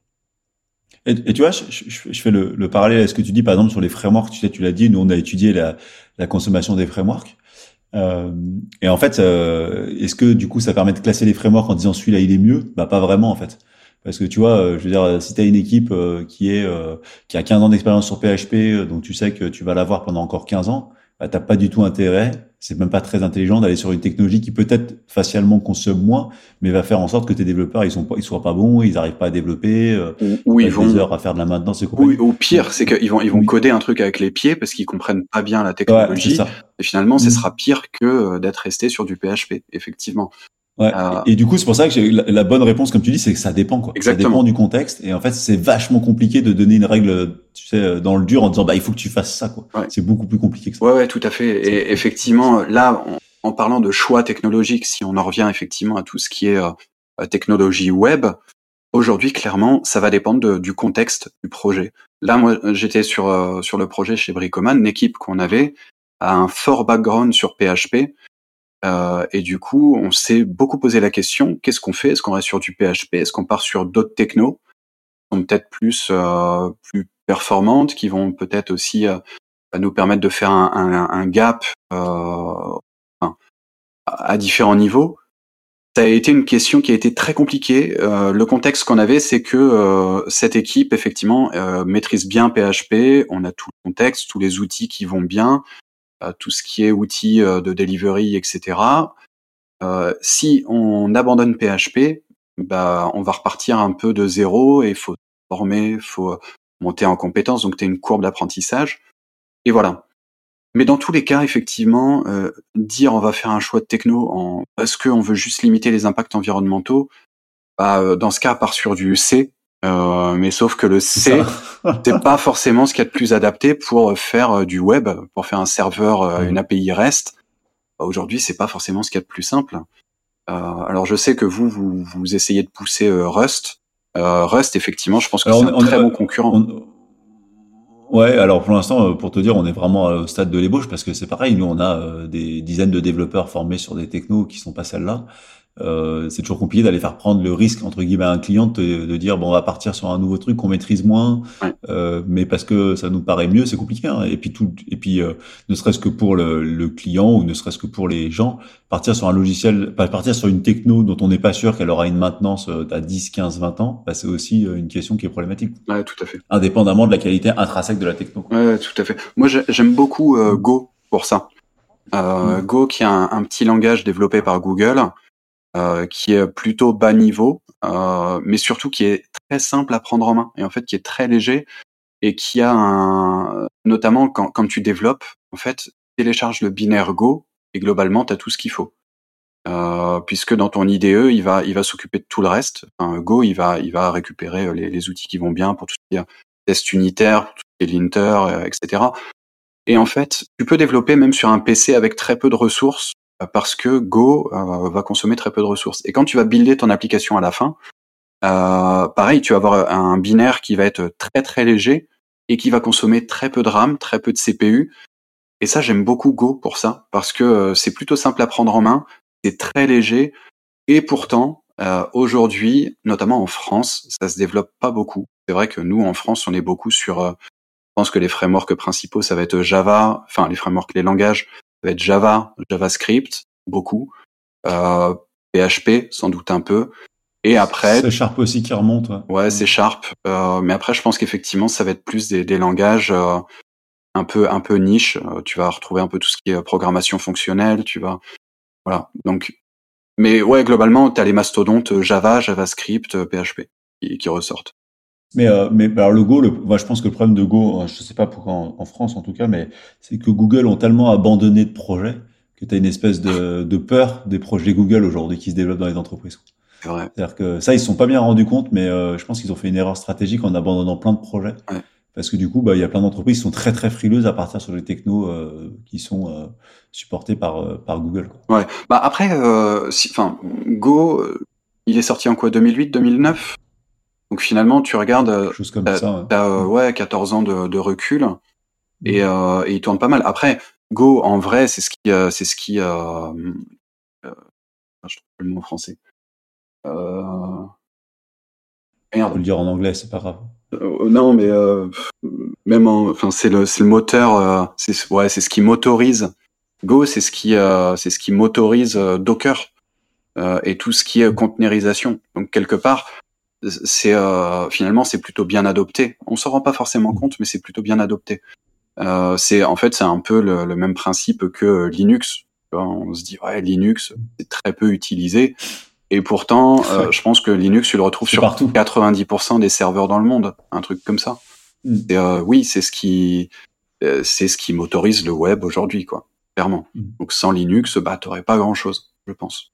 Speaker 1: Et, et tu vois, je, je, je fais le, le parallèle à ce que tu dis, par exemple, sur les frameworks. Tu sais, tu l'as dit, nous, on a étudié la, la consommation des frameworks. Euh, et en fait, euh, est-ce que du coup, ça permet de classer les frameworks en disant celui-là, il est mieux? Bah, pas vraiment, en fait. Parce que tu vois, euh, je veux dire, si tu as une équipe euh, qui est euh, qui a quinze ans d'expérience sur P H P, euh, donc tu sais que tu vas l'avoir pendant encore quinze ans, bah, t'as pas du tout intérêt, c'est même pas très intelligent d'aller sur une technologie qui peut-être facialement consomme moins, mais va faire en sorte que tes développeurs ils sont pas, ils soient pas bons, ils arrivent pas à développer, euh,
Speaker 3: Ou, ou ils vont
Speaker 1: des heures à faire de la maintenance et
Speaker 3: ou,
Speaker 1: compagnie.
Speaker 3: ou pire, c'est qu'ils vont ils vont
Speaker 1: Oui.
Speaker 3: coder un truc avec les pieds parce qu'ils comprennent pas bien la
Speaker 1: Ouais, c'est
Speaker 3: technologie.
Speaker 1: ça.
Speaker 3: Et finalement, ce
Speaker 1: Mm.
Speaker 3: sera pire que euh, d'être resté sur du P H P, effectivement.
Speaker 1: Ouais.
Speaker 3: Euh,
Speaker 1: Et, et du coup, c'est pour ça que j'ai, la, la bonne réponse, comme tu dis, c'est que ça dépend, quoi.
Speaker 3: Exactement.
Speaker 1: Ça dépend du contexte. Et en fait, c'est vachement compliqué de donner une règle, tu sais, dans le dur en disant, bah, il faut que tu fasses ça, quoi.
Speaker 3: Ouais.
Speaker 1: C'est beaucoup plus compliqué que ça.
Speaker 3: Ouais, ouais, tout à fait.
Speaker 1: C'est
Speaker 3: Et effectivement, là, en, en parlant de choix technologiques, si on en revient effectivement à tout ce qui est euh, technologie web, aujourd'hui, clairement, ça va dépendre de, du contexte du projet. Là, moi, j'étais sur euh, sur le projet chez Bricoman, l'équipe qu'on avait a un fort background sur P H P. Euh, et du coup, on s'est beaucoup posé la question, qu'est-ce qu'on fait? Est-ce qu'on reste sur du P H P? Est-ce qu'on part sur d'autres technos qui sont peut-être plus euh, plus performantes, qui vont peut-être aussi euh, nous permettre de faire un, un, un gap euh, enfin, à différents niveaux? Ça a été une question qui a été très compliquée. Euh, le contexte qu'on avait, c'est que euh, cette équipe, effectivement, euh, maîtrise bien P H P. On a tout le contexte, tous les outils qui vont bien, euh, tout ce qui est outils euh, de delivery, et cetera. Euh, si on abandonne P H P, bah, on va repartir un peu de zéro et il faut former, il faut monter en compétences. Donc, tu as une courbe d'apprentissage. Et voilà. Mais dans tous les cas, effectivement, euh, dire on va faire un choix de techno en parce qu'on veut juste limiter les impacts environnementaux, bah, euh, dans ce cas, part sur du C. Euh, mais sauf que le C, c'est pas forcément ce qu'il y a de plus adapté pour faire euh, du web, pour faire un serveur, euh, une A P I REST. Bah, aujourd'hui, c'est pas forcément ce qu'il y a de plus simple. Euh, alors, je sais que vous, vous, vous essayez de pousser euh, Rust. Euh, Rust, effectivement, je pense que
Speaker 1: Alors,
Speaker 3: c'est
Speaker 1: on-
Speaker 3: un
Speaker 1: on-
Speaker 3: très
Speaker 1: on-
Speaker 3: bon concurrent.
Speaker 1: on- Ouais, alors pour l'instant, euh, pour te dire, on est vraiment au stade de l'ébauche parce que c'est pareil, nous on a euh, des dizaines de développeurs formés sur des technos qui sont pas celles-là. euh, c'est toujours compliqué d'aller faire prendre le risque entre guillemets à un client de, de dire bon on va partir sur un nouveau truc qu'on maîtrise moins,
Speaker 3: Ouais.
Speaker 1: euh, mais parce que ça nous paraît mieux, c'est compliqué. Hein. Et puis tout, et puis euh, ne serait-ce que pour le, le client ou ne serait-ce que pour les gens, partir sur un logiciel, pas partir sur une techno dont on n'est pas sûr qu'elle aura une maintenance euh, à dix, quinze, vingt ans, bah, c'est aussi euh, une question qui est problématique.
Speaker 3: Ouais, tout à fait.
Speaker 1: Indépendamment de la qualité intrinsèque de la techno.
Speaker 3: Ouais, ouais, tout à fait. Moi, j'ai- j'aime beaucoup euh, Go pour ça. Euh,
Speaker 1: Mm.
Speaker 3: Go, qui est un, un petit langage développé par Google, euh, qui est plutôt bas niveau, euh, mais surtout qui est très simple à prendre en main et en fait qui est très léger et qui a un, notamment quand, quand tu développes, en fait, télécharge le binaire Go et globalement t'as tout ce qu'il faut. Euh, puisque dans ton I D E, il va, il va s'occuper de tout le reste. Enfin, Go, il va, il va récupérer les, les outils qui vont bien pour tout ce qui est test unitaire, pour tout ce qui est linter, euh, et cetera. Et en fait, tu peux développer même sur un P C avec très peu de ressources euh, parce que Go euh, va consommer très peu de ressources. Et quand tu vas builder ton application à la fin, euh, pareil, tu vas avoir un binaire qui va être très très léger et qui va consommer très peu de RAM, très peu de C P U. Et ça, j'aime beaucoup Go pour ça parce que euh, c'est plutôt simple à prendre en main, c'est très léger et pourtant, euh, aujourd'hui, notamment en France, ça se développe pas beaucoup. C'est vrai que nous, en France, on est beaucoup sur euh, je pense que les frameworks principaux, ça va être Java, enfin les frameworks, les langages, ça va être Java, JavaScript, beaucoup, euh, P H P, sans doute un peu, et après,
Speaker 1: C'est Sharp aussi qui remonte. Ouais,
Speaker 3: ouais, c'est Sharp, euh, mais après, je pense qu'effectivement, ça va être plus des, des langages euh, un peu, un peu niche. Euh, tu vas retrouver un peu tout ce qui est programmation fonctionnelle, tu vas, voilà. Donc, mais ouais, globalement, t'as les mastodontes Java, JavaScript, P H P qui, qui ressortent.
Speaker 1: Mais, euh, mais bah, alors le Go, le, moi je pense que le problème de Go, euh, je sais pas pourquoi en, en France en tout cas, mais c'est que Google ont tellement abandonné de projets que tu as une espèce de, de peur des projets Google aujourd'hui qui se développent dans les entreprises.
Speaker 3: C'est vrai.
Speaker 1: C'est-à-dire que ça, ils se sont pas bien rendus compte, mais euh, je pense qu'ils ont fait une erreur stratégique en abandonnant plein de projets.
Speaker 3: Ouais.
Speaker 1: Parce que du coup, bah, il y a plein d'entreprises qui sont très très frileuses à partir sur les technos euh, qui sont euh, supportés par, euh, par Google. Quoi.
Speaker 3: Ouais. Bah après, euh, si, enfin, Go, euh, il est sorti en quoi, deux mille huit, deux mille neuf. Donc finalement, tu regardes, euh,
Speaker 1: Quelque chose comme
Speaker 3: t'as,
Speaker 1: ça. Ouais.
Speaker 3: t'as, euh, ouais, quatorze ans de, de recul
Speaker 1: Mm.
Speaker 3: et, euh, et il tourne pas mal. Après, Go, en vrai, c'est ce qui, euh, c'est ce qui, euh, euh, je trouve pas le mot en français. Euh,
Speaker 1: On peut
Speaker 3: merde.
Speaker 1: le dire en anglais, c'est pas grave.
Speaker 3: Euh, non, mais euh, même, en, enfin, c'est le, c'est le moteur. Euh, c'est, ouais, c'est ce qui motorise. Go, c'est ce qui, euh, c'est ce qui motorise euh, Docker euh, et tout ce qui est conteneurisation. Donc quelque part, c'est euh, finalement c'est plutôt bien adopté. On s'en rend pas forcément compte, mais c'est plutôt bien adopté. Euh, c'est en fait c'est un peu le, le même principe que Linux. Tu vois, on se dit ouais Linux c'est très peu utilisé et pourtant euh,
Speaker 1: Ouais.
Speaker 3: je pense que Linux tu le retrouves
Speaker 1: C'est
Speaker 3: sur
Speaker 1: partout.
Speaker 3: quatre-vingt-dix pour cent des serveurs dans le monde, un truc comme ça.
Speaker 1: Mm.
Speaker 3: Et, euh, oui c'est ce qui euh, c'est ce qui motorise le web aujourd'hui quoi, clairement.
Speaker 1: Mm.
Speaker 3: Donc sans Linux bah t'aurais pas grand chose, je pense.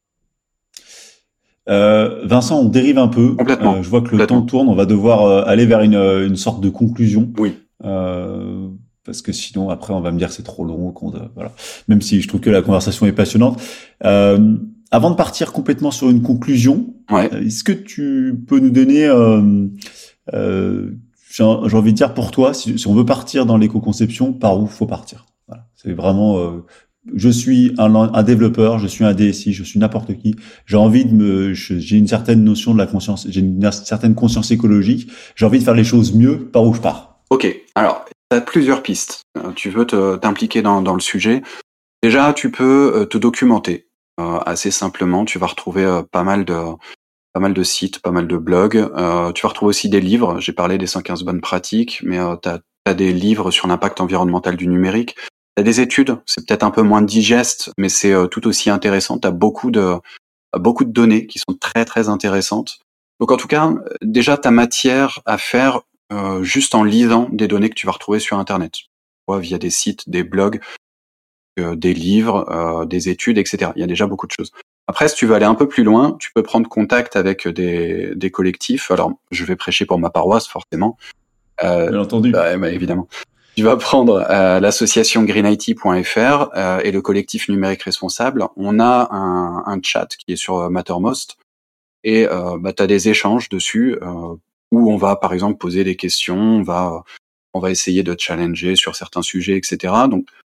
Speaker 1: Euh, Vincent, on dérive un peu.
Speaker 3: Complètement.
Speaker 1: Euh, je vois que le
Speaker 3: Complètement.
Speaker 1: temps tourne. On va devoir euh, aller vers une, une sorte de conclusion.
Speaker 3: Oui.
Speaker 1: Euh, parce que sinon, après, on va me dire que c'est trop long. Qu'on doit- voilà. Même si je trouve que la conversation est passionnante. Euh, avant de partir complètement sur une conclusion,
Speaker 3: Ouais.
Speaker 1: euh, est-ce que tu peux nous donner, euh, euh, j'ai j'ai envie de dire pour toi, si, si on veut partir dans l'éco-conception, par où faut partir? Voilà. C'est vraiment... Euh, je suis un, un développeur, je suis un D S I, je suis n'importe qui. J'ai envie de me, je- j'ai une certaine notion de la conscience, j'ai une certaine conscience écologique. J'ai envie de faire les choses mieux. Par où je pars?
Speaker 3: Ok, alors, tu as plusieurs pistes. Euh, tu veux te, t'impliquer dans, dans le sujet. Déjà, tu peux euh, te documenter euh, assez simplement. Tu vas retrouver euh, pas mal de pas mal de sites, pas mal de blogs. Euh, tu vas retrouver aussi des livres. J'ai parlé des cent quinze bonnes pratiques, mais euh, tu as des livres sur l'impact environnemental du numérique. Tu as des études. C'est peut-être un peu moins digeste, mais c'est euh, tout aussi intéressant. Tu as beaucoup de beaucoup de données qui sont très très intéressantes. Donc en tout cas, déjà, ta matière à faire euh, juste en lisant des données que tu vas retrouver sur Internet, ouais, via des sites, des blogs, euh, des livres, euh, des études, et cetera. Il y a déjà beaucoup de choses. Après, si tu veux aller un peu plus loin, tu peux prendre contact avec des, des collectifs. Alors, je vais prêcher pour ma paroisse, forcément. Euh,
Speaker 1: Bien entendu.
Speaker 3: bah, bah, évidemment. Tu vas prendre euh, l'association green I T point F R euh, et le collectif numérique responsable. On a un, un chat qui est sur Mattermost et euh, bah, tu as des échanges dessus euh, où on va, par exemple, poser des questions, on va, on va essayer de challenger sur certains sujets, et cetera. Donc,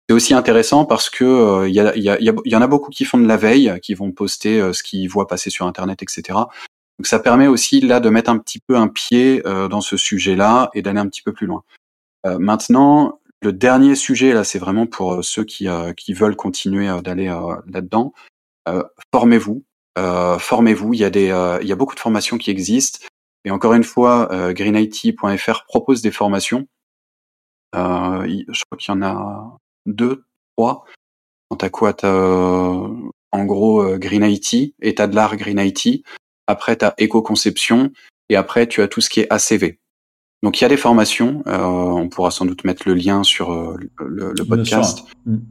Speaker 3: c'est aussi intéressant parce que il euh, y, y, y, y en a beaucoup qui font de la veille, qui vont poster euh, ce qu'ils voient passer sur Internet, et cetera. Donc ça permet aussi là de mettre un petit peu un pied euh, dans ce sujet-là et d'aller un petit peu plus loin. Euh, maintenant, le dernier sujet là, c'est vraiment pour euh, ceux qui euh, qui veulent continuer euh, d'aller euh, là-dedans. Euh, formez-vous, euh, formez-vous. Il y a des, euh, il y a beaucoup de formations qui existent. Et encore une fois, euh, green I T point F R propose des formations. Euh, je crois qu'il y en a deux, trois. T'as quoi? T'as euh, en gros euh, Green I T, état de l'art Green I T. Après, t'as éco-conception. Et après, tu as tout ce qui est A C V. Donc, il y a des formations. Euh, on pourra sans doute mettre le lien sur euh, le, le podcast.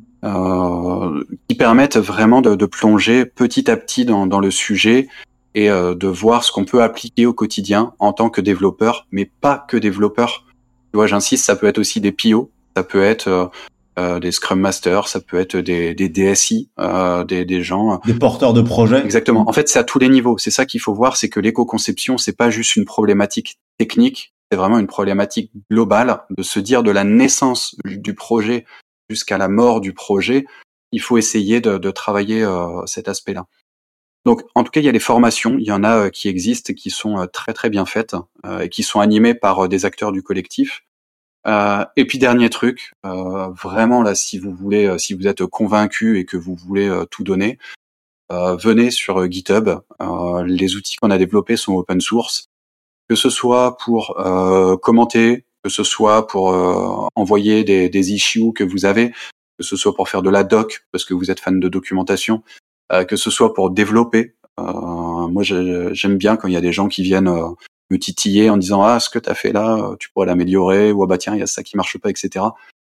Speaker 3: Euh, qui permettent vraiment de, de plonger petit à petit dans, dans le sujet et euh, de voir ce qu'on peut appliquer au quotidien en tant que développeur, mais pas que développeur. Tu vois, j'insiste, ça peut être aussi des P O, ça peut être euh, euh, des Scrum Masters, ça peut être des, des D S I, euh, des, des gens...
Speaker 1: Des porteurs de projets.
Speaker 3: Exactement. En fait, c'est à tous les niveaux. C'est ça qu'il faut voir, c'est que l'éco-conception, c'est pas juste une problématique technique, c'est vraiment une problématique globale de se dire de la naissance du projet jusqu'à la mort du projet, il faut essayer de, de travailler euh, cet aspect-là. Donc, en tout cas, il y a des formations, il y en a euh, qui existent et qui sont euh, très très bien faites euh, et qui sont animées par euh, des acteurs du collectif. Euh, et puis dernier truc, euh, vraiment là, si vous voulez, euh, si vous êtes convaincu et que vous voulez euh, tout donner, euh, venez sur euh, GitHub. Euh, les outils qu'on a développés sont open source, que ce soit pour euh, commenter, que ce soit pour euh, envoyer des, des issues que vous avez, que ce soit pour faire de la doc parce que vous êtes fan de documentation, euh, que ce soit pour développer. Euh, moi, j'aime bien quand il y a des gens qui viennent euh, me titiller en disant ah ce que t'as fait là, tu pourrais l'améliorer, ou ah bah tiens il y a ça qui marche pas, et cetera.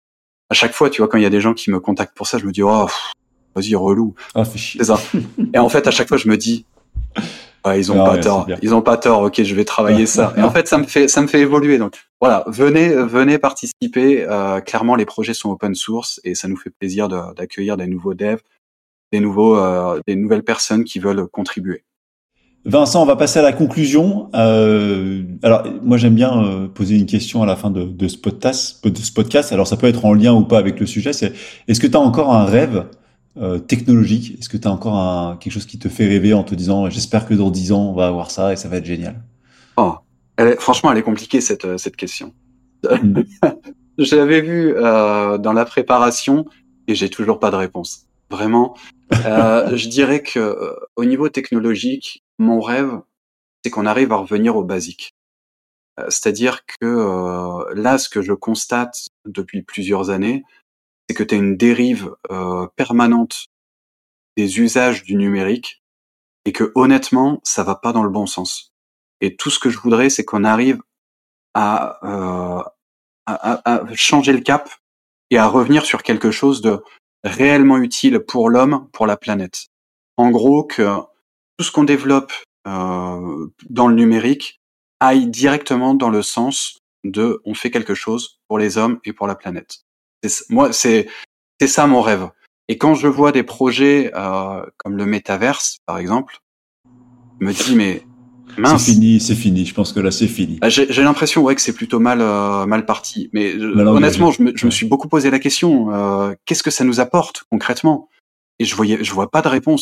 Speaker 3: À chaque fois, tu vois, quand il y a des gens qui me contactent pour ça, je me dis oh pff, vas-y relou.
Speaker 1: Ah fais chier.
Speaker 3: C'est ça. Et en fait, à chaque fois, je me dis ouais, ils ont
Speaker 1: ah
Speaker 3: pas
Speaker 1: ouais,
Speaker 3: tort. Ils ont pas tort. Ok, je vais travailler ça. Et en fait, ça me fait, ça me fait évoluer. Donc, voilà, venez, venez participer. Euh, clairement, les projets sont open source et ça nous fait plaisir de, d'accueillir des nouveaux devs, des nouveaux, euh, des nouvelles personnes qui veulent contribuer.
Speaker 1: Vincent, on va passer à la conclusion. Euh, alors, moi, j'aime bien euh, poser une question à la fin de, de, ce podcast, de ce podcast. Alors, ça peut être en lien ou pas avec le sujet. C'est, est-ce que tu as encore un rêve euh, technologique? Est-ce que tu as encore un, quelque chose qui te fait rêver en te disant, j'espère que dans dix ans, on va avoir ça et ça va être génial?
Speaker 3: Oh, elle est, franchement, elle est compliquée, cette, cette question. Mm. Je l'avais vu euh, dans la préparation et j'ai toujours pas de réponse. Vraiment. Euh, je dirais que euh, au niveau technologique, mon rêve, c'est qu'on arrive à revenir aux basiques. Euh, c'est-à-dire que euh, là, ce que je constate depuis plusieurs années, c'est que tu as une dérive euh, permanente des usages du numérique et que honnêtement, ça va pas dans le bon sens. Et tout ce que je voudrais, c'est qu'on arrive à, euh, à, à changer le cap et à revenir sur quelque chose de réellement utile pour l'homme, pour la planète. En gros, que tout ce qu'on développe euh, dans le numérique aille directement dans le sens de on fait quelque chose pour les hommes et pour la planète. C'est, moi, c'est c'est ça mon rêve. Et quand je vois des projets euh, comme le métaverse, par exemple, je me dis mais mince.
Speaker 1: C'est fini, c'est fini. Je pense que là, c'est fini.
Speaker 3: J'ai, j'ai l'impression ouais que c'est plutôt mal euh, mal parti. Mais mal honnêtement, je me, je me suis beaucoup posé la question euh, qu'est-ce que ça nous apporte concrètement? Et je voyais, je vois pas de réponse.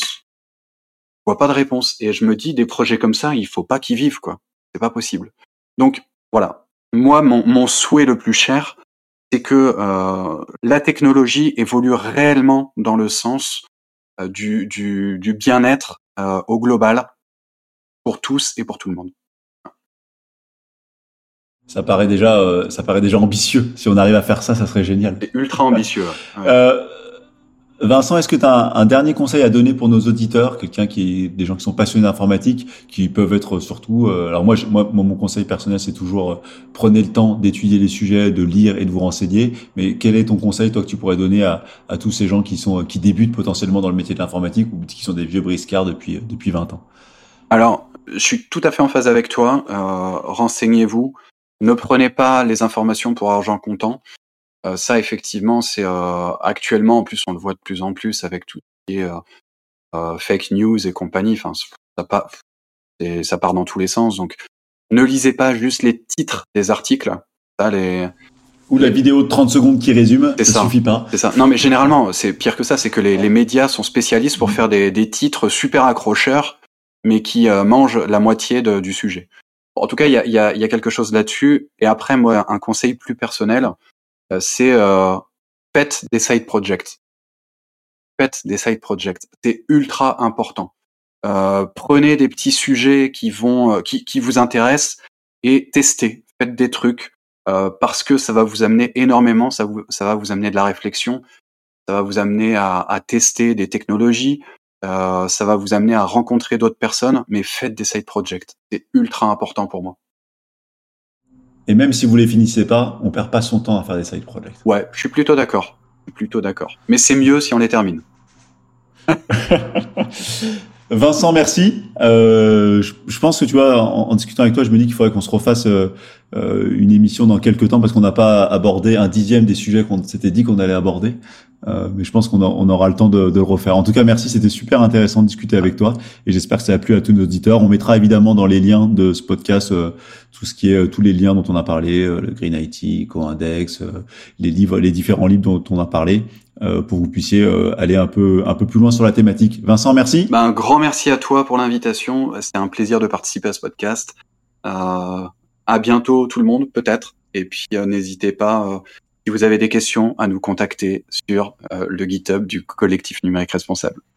Speaker 3: Je vois pas de réponse. Et je me dis des projets comme ça, il faut pas qu'ils vivent quoi. C'est pas possible. Donc voilà. Moi, mon, mon souhait le plus cher, c'est que euh, la technologie évolue réellement dans le sens euh, du, du, du bien-être euh, au global pour tous et pour tout le monde.
Speaker 1: Ça paraît déjà, euh, ça paraît déjà ambitieux. Si on arrive à faire ça, ça serait génial.
Speaker 3: C'est ultra ambitieux. Ouais.
Speaker 1: Euh, Vincent, est-ce que tu as un, un dernier conseil à donner pour nos auditeurs, quelqu'un qui est des gens qui sont passionnés d'informatique, qui peuvent être surtout. Euh, alors moi, je, moi, mon conseil personnel, c'est toujours euh, prenez le temps d'étudier les sujets, de lire et de vous renseigner. Mais quel est ton conseil, toi, que tu pourrais donner à, à tous ces gens qui sont qui débutent potentiellement dans le métier de l'informatique ou qui sont des vieux briscards depuis depuis vingt ans?
Speaker 3: Alors, je suis tout à fait en phase avec toi. Euh, renseignez-vous. Ne prenez pas les informations pour argent comptant. Euh, ça, effectivement, c'est euh, actuellement, en plus, on le voit de plus en plus avec tout ce qui est euh, euh, fake news et compagnie. Enfin, ça part, ça part dans tous les sens. Donc, ne lisez pas juste les titres des articles. Ça, les,
Speaker 1: Ou la vidéo de trente secondes qui résume, ça, ça suffit pas.
Speaker 3: C'est ça. Non, mais généralement, c'est pire que ça, c'est que les, les médias sont spécialistes pour faire des, des titres super accrocheurs, mais qui euh, mangent la moitié de, du sujet. En tout cas, il y a, y, a, y a quelque chose là-dessus. Et après, moi, un conseil plus personnel, euh, c'est euh, faites des side projects. Faites des side projects. C'est ultra important. Euh, prenez des petits sujets qui vont, qui, qui vous intéressent et testez. Faites des trucs. Euh, parce que ça va vous amener énormément, ça, vous, ça va vous amener de la réflexion, ça va vous amener à, à tester des technologies, euh, ça va vous amener à rencontrer d'autres personnes, mais faites des side projects, c'est ultra important pour moi.
Speaker 1: Et même si vous les finissez pas, on perd pas son temps à faire des side projects.
Speaker 3: Ouais, je suis plutôt d'accord, je suis plutôt d'accord. Mais c'est mieux si on les termine.
Speaker 1: Vincent, merci. Euh, je, je pense que tu vois, en, en discutant avec toi, je me dis qu'il faudrait qu'on se refasse euh, une émission dans quelques temps parce qu'on n'a pas abordé un dixième des sujets qu'on s'était dit qu'on allait aborder. Euh, mais je pense qu'on a, on aura le temps de, de le refaire. En tout cas, merci. C'était super intéressant de discuter avec toi et j'espère que ça a plu à tous nos auditeurs. On mettra évidemment dans les liens de ce podcast euh, tout ce qui est euh, tous les liens dont on a parlé, euh, le Green I T, Coindex, euh, les livres, les différents livres dont on a parlé. Euh, pour que vous puissiez euh, aller un peu un peu plus loin sur la thématique. Vincent, merci.
Speaker 3: Ben, un grand merci à toi pour l'invitation. C'était un plaisir de participer à ce podcast. Euh, à bientôt tout le monde, peut-être. Et puis euh, n'hésitez pas, euh, si vous avez des questions, à nous contacter sur euh, le GitHub du collectif numérique responsable.